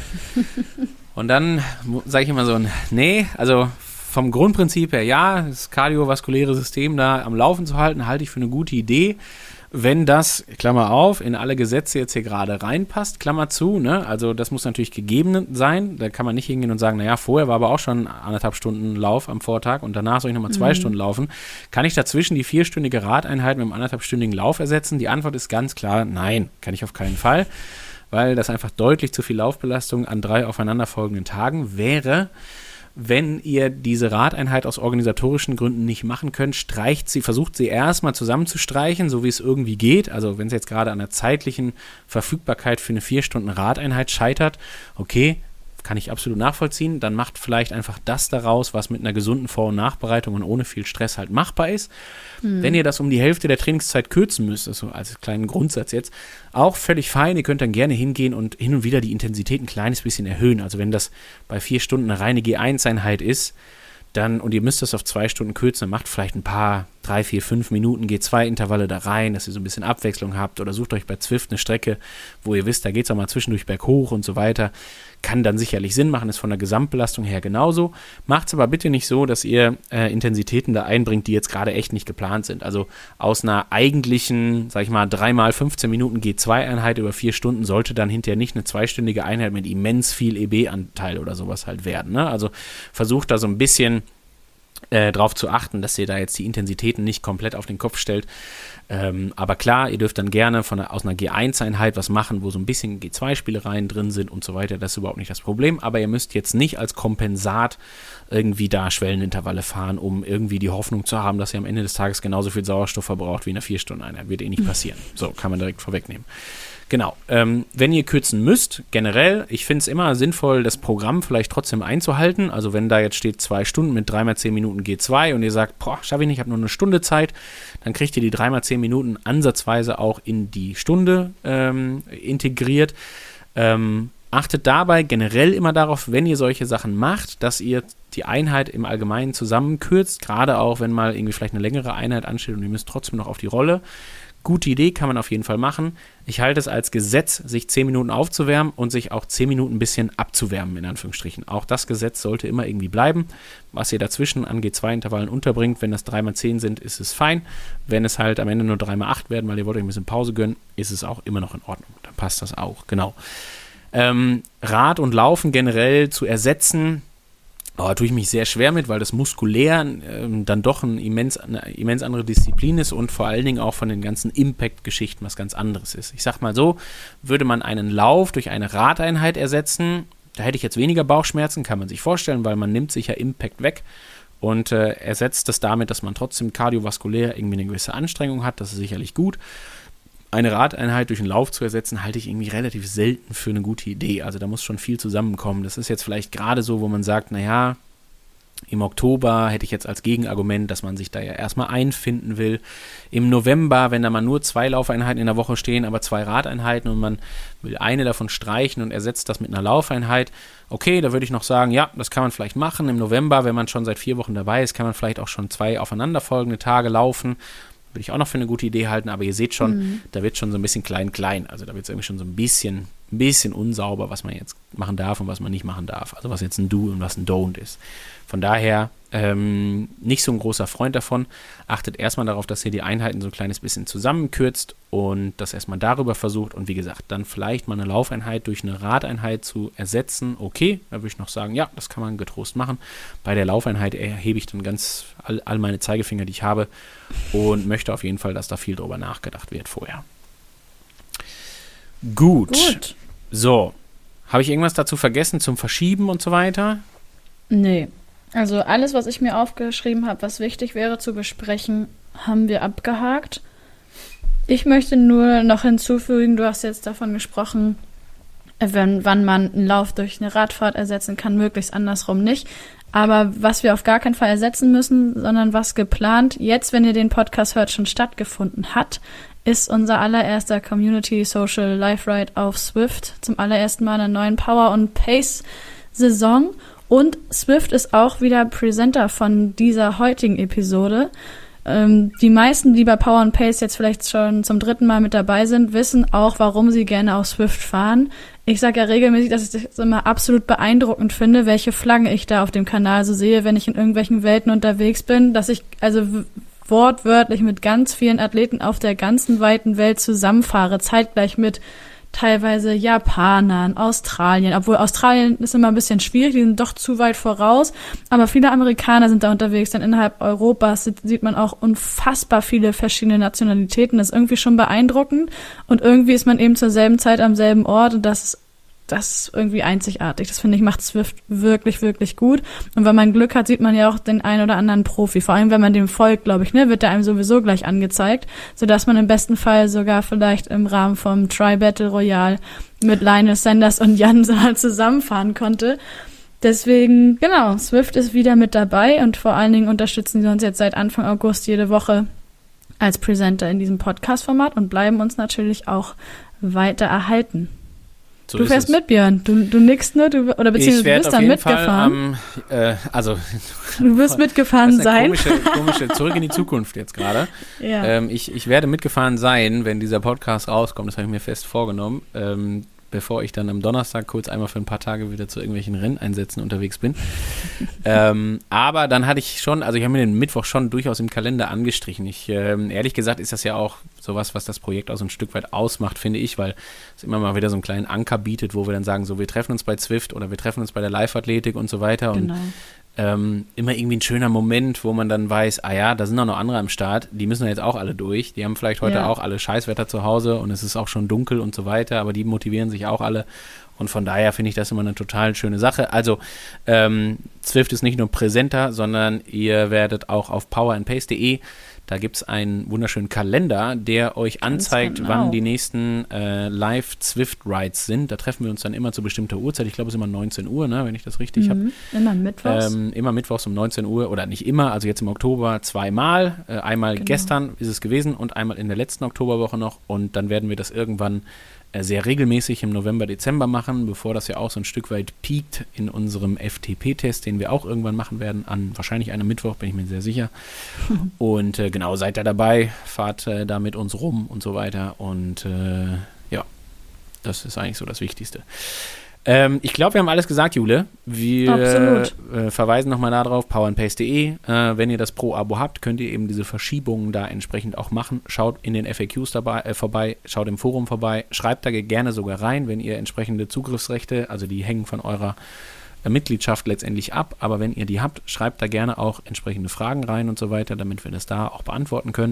Und dann sage ich immer so, nee, also vom Grundprinzip her, ja, das kardiovaskuläre System da am Laufen zu halten, halte ich für eine gute Idee. Wenn das, Klammer auf, in alle Gesetze jetzt hier gerade reinpasst, Klammer zu, ne? Also das muss natürlich gegeben sein. Da kann man nicht hingehen und sagen, naja, vorher war aber auch schon anderthalb Stunden Lauf am Vortag und danach soll ich nochmal zwei mhm. Stunden laufen. Kann ich dazwischen die vierstündige Radeinheit mit einem anderthalbstündigen Lauf ersetzen? Die Antwort ist ganz klar, nein, kann ich auf keinen Fall, weil das einfach deutlich zu viel Laufbelastung an drei aufeinanderfolgenden Tagen wäre. Wenn ihr diese Radeinheit aus organisatorischen Gründen nicht machen könnt, streicht sie, versucht sie erstmal zusammenzustreichen, so wie es irgendwie geht. Also wenn es jetzt gerade an der zeitlichen Verfügbarkeit für eine vier Stunden Radeinheit scheitert, okay, kann ich absolut nachvollziehen, dann macht vielleicht einfach das daraus, was mit einer gesunden Vor- und Nachbereitung und ohne viel Stress halt machbar ist. Hm. Wenn ihr das um die Hälfte der Trainingszeit kürzen müsst, also als kleinen Grundsatz jetzt, auch völlig fein, ihr könnt dann gerne hingehen und hin und wieder die Intensität ein kleines bisschen erhöhen. Also wenn das bei vier Stunden eine reine G eins Einheit ist, dann, und ihr müsst das auf zwei Stunden kürzen, dann macht vielleicht ein paar, drei, vier, fünf Minuten G zwei Intervalle da rein, dass ihr so ein bisschen Abwechslung habt oder sucht euch bei Zwift eine Strecke, wo ihr wisst, da geht es auch mal zwischendurch berghoch und so weiter. Kann dann sicherlich Sinn machen, ist von der Gesamtbelastung her genauso. Macht es aber bitte nicht so, dass ihr äh, Intensitäten da einbringt, die jetzt gerade echt nicht geplant sind. Also aus einer eigentlichen, sag ich mal, drei mal fünfzehn Minuten G zwei Einheit über vier Stunden sollte dann hinterher nicht eine zweistündige Einheit mit immens viel E B-Anteil oder sowas halt werden. Ne? Also versucht da so ein bisschen äh, drauf zu achten, dass ihr da jetzt die Intensitäten nicht komplett auf den Kopf stellt. Ähm, aber klar, ihr dürft dann gerne von der, aus einer G eins Einheit was machen, wo so ein bisschen G zwei Spielereien drin sind und so weiter. Das ist überhaupt nicht das Problem. Aber ihr müsst jetzt nicht als Kompensat irgendwie da Schwellenintervalle fahren, um irgendwie die Hoffnung zu haben, dass ihr am Ende des Tages genauso viel Sauerstoff verbraucht wie in einer vier Stunden Einheit. Wird eh nicht passieren. So, kann man direkt vorwegnehmen. Genau, ähm, wenn ihr kürzen müsst, generell, ich finde es immer sinnvoll, das Programm vielleicht trotzdem einzuhalten. Also wenn da jetzt steht zwei Stunden mit drei mal zehn Minuten G zwei und ihr sagt, boah, schaffe ich nicht, ich habe nur eine Stunde Zeit, dann kriegt ihr die drei mal zehn Minuten ansatzweise auch in die Stunde ähm, integriert. Ähm, achtet dabei generell immer darauf, wenn ihr solche Sachen macht, dass ihr die Einheit im Allgemeinen zusammenkürzt, gerade auch, wenn mal irgendwie vielleicht eine längere Einheit ansteht und ihr müsst trotzdem noch auf die Rolle. Gute Idee, kann man auf jeden Fall machen. Ich halte es als Gesetz, sich zehn Minuten aufzuwärmen und sich auch zehn Minuten ein bisschen abzuwärmen, in Anführungsstrichen. Auch das Gesetz sollte immer irgendwie bleiben. Was ihr dazwischen an G zwei Intervallen unterbringt, wenn das drei mal zehn sind, ist es fein. Wenn es halt am Ende nur drei mal acht werden, weil ihr wollt euch ein bisschen Pause gönnen, ist es auch immer noch in Ordnung. Dann passt das auch, genau. Ähm, Rad und Laufen generell zu ersetzen, Oh, tue ich mich sehr schwer mit, weil das muskulär ähm, dann doch ein immens, eine immens andere Disziplin ist und vor allen Dingen auch von den ganzen Impact-Geschichten was ganz anderes ist. Ich sag mal so, würde man einen Lauf durch eine Radeinheit ersetzen, da hätte ich jetzt weniger Bauchschmerzen, kann man sich vorstellen, weil man nimmt sich ja Impact weg und äh, ersetzt das damit, dass man trotzdem kardiovaskulär irgendwie eine gewisse Anstrengung hat, das ist sicherlich gut. eine Radeinheit durch einen Lauf zu ersetzen, halte ich irgendwie relativ selten für eine gute Idee. Also da muss schon viel zusammenkommen. Das ist jetzt vielleicht gerade so, wo man sagt, naja, im Oktober hätte ich jetzt als Gegenargument, dass man sich da ja erstmal einfinden will. Im November, wenn da mal nur zwei Laufeinheiten in der Woche stehen, aber zwei Radeinheiten und man will eine davon streichen und ersetzt das mit einer Laufeinheit, okay, da würde ich noch sagen, ja, das kann man vielleicht machen. Im November, wenn man schon seit vier Wochen dabei ist, kann man vielleicht auch schon zwei aufeinanderfolgende Tage laufen. Würde ich auch noch für eine gute Idee halten, aber ihr seht schon, mhm. da wird schon so ein bisschen klein-klein. Also da wird es irgendwie schon so ein bisschen, ein bisschen unsauber, was man jetzt machen darf und was man nicht machen darf. Also was jetzt ein Do und was ein Don't ist. Von daher ähm, nicht so ein großer Freund davon. Achtet erstmal darauf, dass ihr die Einheiten so ein kleines bisschen zusammenkürzt und das erstmal darüber versucht. Und wie gesagt, dann vielleicht mal eine Laufeinheit durch eine Radeinheit zu ersetzen. Okay, da würde ich noch sagen, ja, das kann man getrost machen. Bei der Laufeinheit erhebe ich dann ganz all, all meine Zeigefinger, die ich habe und möchte auf jeden Fall, dass da viel drüber nachgedacht wird vorher. Gut. Gut. So. Habe ich irgendwas dazu vergessen zum Verschieben und so weiter? Nee. Also alles, was ich mir aufgeschrieben habe, was wichtig wäre zu besprechen, haben wir abgehakt. Ich möchte nur noch hinzufügen, du hast jetzt davon gesprochen, wenn, wann man einen Lauf durch eine Radfahrt ersetzen kann, möglichst andersrum nicht. Aber was wir auf gar keinen Fall ersetzen müssen, sondern was geplant, jetzt, wenn ihr den Podcast hört, schon stattgefunden hat, ist unser allererster Community Social Life Ride auf Zwift. Zum allerersten Mal einer neuen Power- und Pace-Saison. Und Zwift ist auch wieder Presenter von dieser heutigen Episode. Ähm, die meisten, die bei Power and Pace jetzt vielleicht schon zum dritten Mal mit dabei sind, wissen auch, warum sie gerne auf Zwift fahren. Ich sage ja regelmäßig, dass ich das immer absolut beeindruckend finde, welche Flaggen ich da auf dem Kanal so sehe, wenn ich in irgendwelchen Welten unterwegs bin, dass ich also w- wortwörtlich mit ganz vielen Athleten auf der ganzen weiten Welt zusammenfahre, zeitgleich mit teilweise Japanern, Australien, obwohl Australien ist immer ein bisschen schwierig, die sind doch zu weit voraus, aber viele Amerikaner sind da unterwegs, denn innerhalb Europas sieht, sieht man auch unfassbar viele verschiedene Nationalitäten, das ist irgendwie schon beeindruckend und irgendwie ist man eben zur selben Zeit am selben Ort und das Das ist irgendwie einzigartig. Das finde ich, macht Zwift wirklich, wirklich gut. Und wenn man Glück hat, sieht man ja auch den einen oder anderen Profi. Vor allem, wenn man dem folgt, glaube ich, ne, wird der einem sowieso gleich angezeigt, sodass man im besten Fall sogar vielleicht im Rahmen vom Tri-Battle Royale mit Lionel Sanders und Jan Saal zusammenfahren konnte. Deswegen, genau, Zwift ist wieder mit dabei und vor allen Dingen unterstützen sie uns jetzt seit Anfang August jede Woche als Presenter in diesem Podcast-Format und bleiben uns natürlich auch weiter erhalten. So du fährst mit, Björn. Du, du nickst nur, du, oder beziehungsweise du bist dann mitgefahren. Fall, ähm, äh, also du wirst mitgefahren das ist eine sein. Komische, komische Zurück in die Zukunft jetzt gerade. Ja. Ähm, ich, ich werde mitgefahren sein, wenn dieser Podcast rauskommt. Das habe ich mir fest vorgenommen. Ähm, bevor ich dann am Donnerstag kurz einmal für ein paar Tage wieder zu irgendwelchen Renneinsätzen unterwegs bin. ähm, aber dann hatte ich schon, also ich habe mir den Mittwoch schon durchaus im Kalender angestrichen. Ich, ähm, ehrlich gesagt ist das ja auch sowas, was das Projekt auch so ein Stück weit ausmacht, finde ich, weil es immer mal wieder so einen kleinen Anker bietet, wo wir dann sagen, so wir treffen uns bei Zwift oder wir treffen uns bei der Live-Athletik und so weiter. Genau. Und Ähm, immer irgendwie ein schöner Moment, wo man dann weiß, ah ja, da sind auch noch andere am Start, die müssen ja jetzt auch alle durch, die haben vielleicht heute ja. auch alle Scheißwetter zu Hause und es ist auch schon dunkel und so weiter, aber die motivieren sich auch alle und von daher finde ich das immer eine total schöne Sache. Also ähm, Zwift ist nicht nur präsenter, sondern ihr werdet auch auf power and pace punkt de, da gibt es einen wunderschönen Kalender, der euch anzeigt, genau. wann die nächsten äh, Live-Zwift-Rides sind. Da treffen wir uns dann immer zu bestimmter Uhrzeit. Ich glaube, es ist immer neunzehn Uhr, ne, wenn ich das richtig mhm. habe. Immer mittwochs. Ähm, immer mittwochs um neunzehn Uhr oder nicht immer, also jetzt im Oktober zweimal. Äh, einmal genau. gestern ist es gewesen und einmal in der letzten Oktoberwoche noch. Und dann werden wir das irgendwann äh, sehr regelmäßig im November, Dezember machen, bevor das ja auch so ein Stück weit piekt in unserem F T P-Test, den wir auch irgendwann machen werden, an wahrscheinlich einem Mittwoch, bin ich mir sehr sicher. Und äh, genau, seid da dabei, fahrt äh, da mit uns rum und so weiter. Und äh, ja, das ist eigentlich so das Wichtigste. Ähm, ich glaube, wir haben alles gesagt, Jule. Wir äh, verweisen nochmal darauf, power and pace punkt de. Äh, wenn ihr das Pro-Abo habt, könnt ihr eben diese Verschiebungen da entsprechend auch machen. Schaut in den F A Qs dabei, äh, vorbei, schaut im Forum vorbei, schreibt da gerne sogar rein, wenn ihr entsprechende Zugriffsrechte, also die hängen von eurer äh, Mitgliedschaft letztendlich ab, aber wenn ihr die habt, schreibt da gerne auch entsprechende Fragen rein und so weiter, damit wir das da auch beantworten können.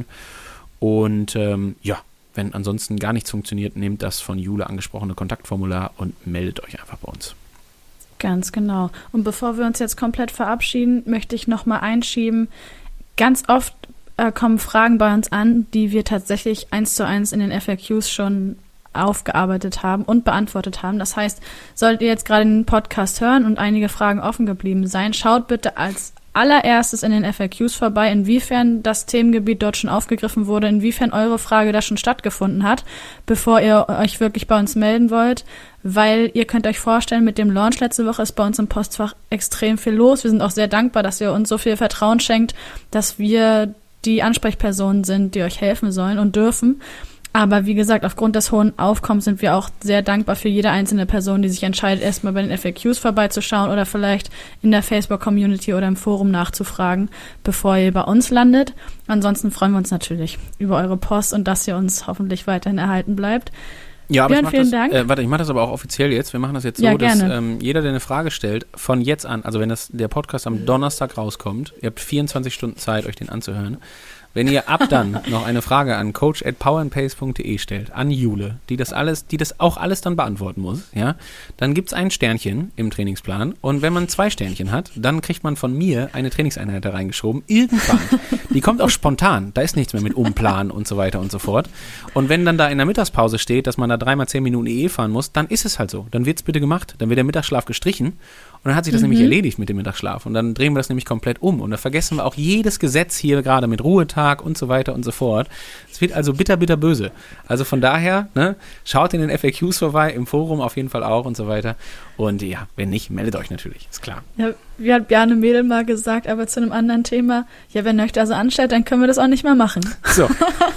Und ähm, ja, wenn ansonsten gar nichts funktioniert, nehmt das von Jule angesprochene Kontaktformular und meldet euch einfach bei uns. Ganz genau. Und bevor wir uns jetzt komplett verabschieden, möchte ich nochmal einschieben, ganz oft äh, kommen Fragen bei uns an, die wir tatsächlich eins zu eins in den F A Qs schon aufgearbeitet haben und beantwortet haben. Das heißt, solltet ihr jetzt gerade den Podcast hören und einige Fragen offen geblieben sein, schaut bitte als allererstes in den F A Qs vorbei, inwiefern das Themengebiet dort schon aufgegriffen wurde, inwiefern eure Frage da schon stattgefunden hat, bevor ihr euch wirklich bei uns melden wollt, weil ihr könnt euch vorstellen, mit dem Launch letzte Woche ist bei uns im Postfach extrem viel los. Wir sind auch sehr dankbar, dass ihr uns so viel Vertrauen schenkt, dass wir die Ansprechpersonen sind, die euch helfen sollen und dürfen. Aber wie gesagt, aufgrund des hohen Aufkommens sind wir auch sehr dankbar für jede einzelne Person, die sich entscheidet, erstmal bei den F A Qs vorbeizuschauen oder vielleicht in der Facebook-Community oder im Forum nachzufragen, bevor ihr bei uns landet. Ansonsten freuen wir uns natürlich über eure Post und dass ihr uns hoffentlich weiterhin erhalten bleibt. Ja, aber Björn, ich mach vielen das, Dank. Äh, warte, ich mache das aber auch offiziell jetzt. Wir machen das jetzt so, Ja, dass gerne. ähm, jeder, der eine Frage stellt, von jetzt an, also wenn das, der Podcast am Donnerstag rauskommt, ihr habt vierundzwanzig Stunden Zeit, euch den anzuhören. Wenn ihr ab dann noch eine Frage an coach at powerandpace punkt de stellt, an Jule, die das alles, die das auch alles dann beantworten muss, ja, dann gibt's ein Sternchen im Trainingsplan und wenn man zwei Sternchen hat, dann kriegt man von mir eine Trainingseinheit da reingeschoben, irgendwann. Die kommt auch spontan, da ist nichts mehr mit Umplanen und so weiter und so fort. Und wenn dann da in der Mittagspause steht, dass man da dreimal zehn Minuten E E fahren muss, dann ist es halt so. Dann wird's bitte gemacht, dann wird der Mittagsschlaf gestrichen. Und dann hat sich das mhm. nämlich erledigt mit dem Mittagsschlaf. Und dann drehen wir das nämlich komplett um. Und da vergessen wir auch jedes Gesetz hier gerade mit Ruhetag und so weiter und so fort. Es wird also bitter, bitter böse. Also von daher, ne, schaut in den F A Qs vorbei, im Forum auf jeden Fall auch und so weiter. Und ja, wenn nicht, meldet euch natürlich, ist klar. Ja, wie hat Bjarne Mädel mal gesagt, aber zu einem anderen Thema, ja, wenn euch da so anstellt, dann können wir das auch nicht mehr machen. So.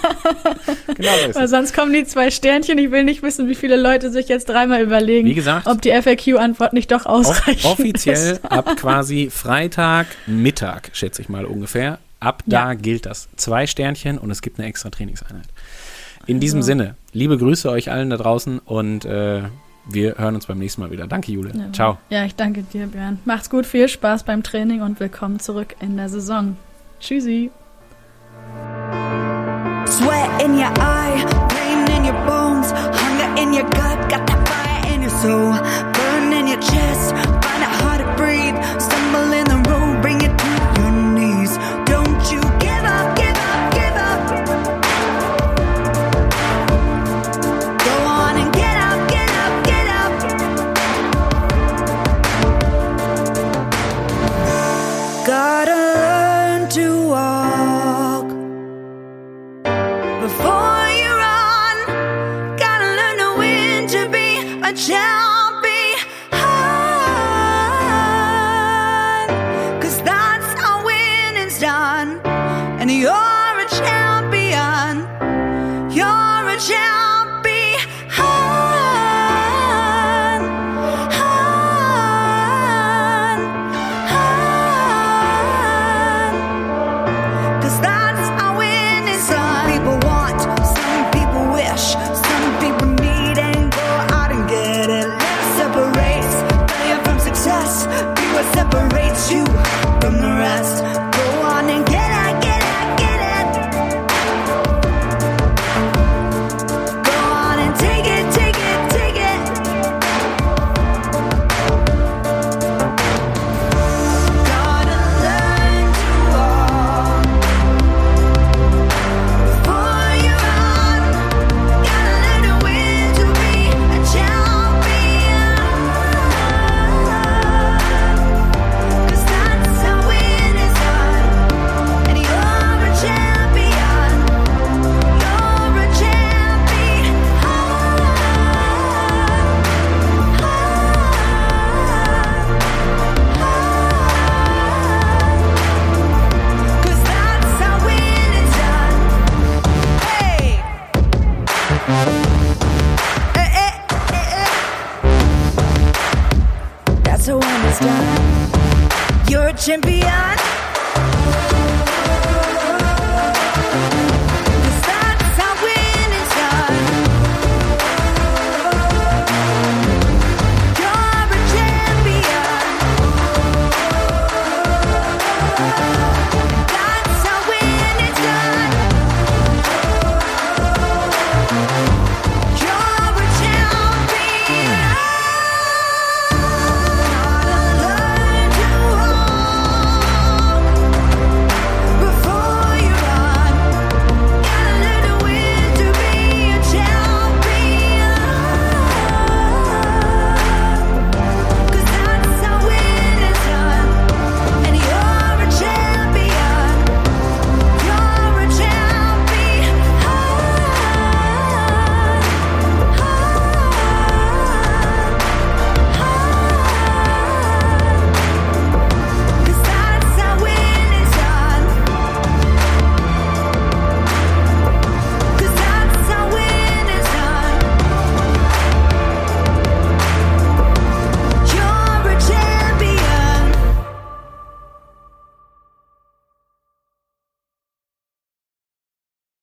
Genau so ist Weil es. sonst kommen die zwei Sternchen, ich will nicht wissen, wie viele Leute sich jetzt dreimal überlegen, Wie gesagt, ob die F A Q-Antwort nicht doch ausreicht. Off- offiziell ab quasi Freitag Mittag, schätze ich mal ungefähr. Ab da Ja. gilt das. Zwei Sternchen und es gibt eine extra Trainingseinheit. In Also. diesem Sinne, liebe Grüße euch allen da draußen und äh, wir hören uns beim nächsten Mal wieder. Danke, Jule. Ja. Ciao. Ja, ich danke dir, Björn. Macht's gut, viel Spaß beim Training und willkommen zurück in der Saison. Tschüssi. Sweat in your eye, pain in your bones, hunger in your gut, got that fire in your soul, burn in your chest, find it hard to breathe, stumble in the road, bring it to your knees. Don't you give up, give up, give up. Go on and get up, get up, get up. Gotta learn to walk before you run, gotta learn to win to be a champion. Cause that's how winning's done. And you're a champion. You're a champion. Cause that's how winning's done. Some people want, some people wish, some people need and go out and get it. Let's separate failure from success. Be what separates you from the rest. Go on and get it, get it, get it. Go on and take it, take it, take it. Gotta learn to walk before you run. Gotta learn to win to be a champion. Cause that's how winning's done. And you're a champion. You're a champion. Cause that's how winning's done. Hey. Eh, eh, eh, eh. That's how winning's done. You're a champion.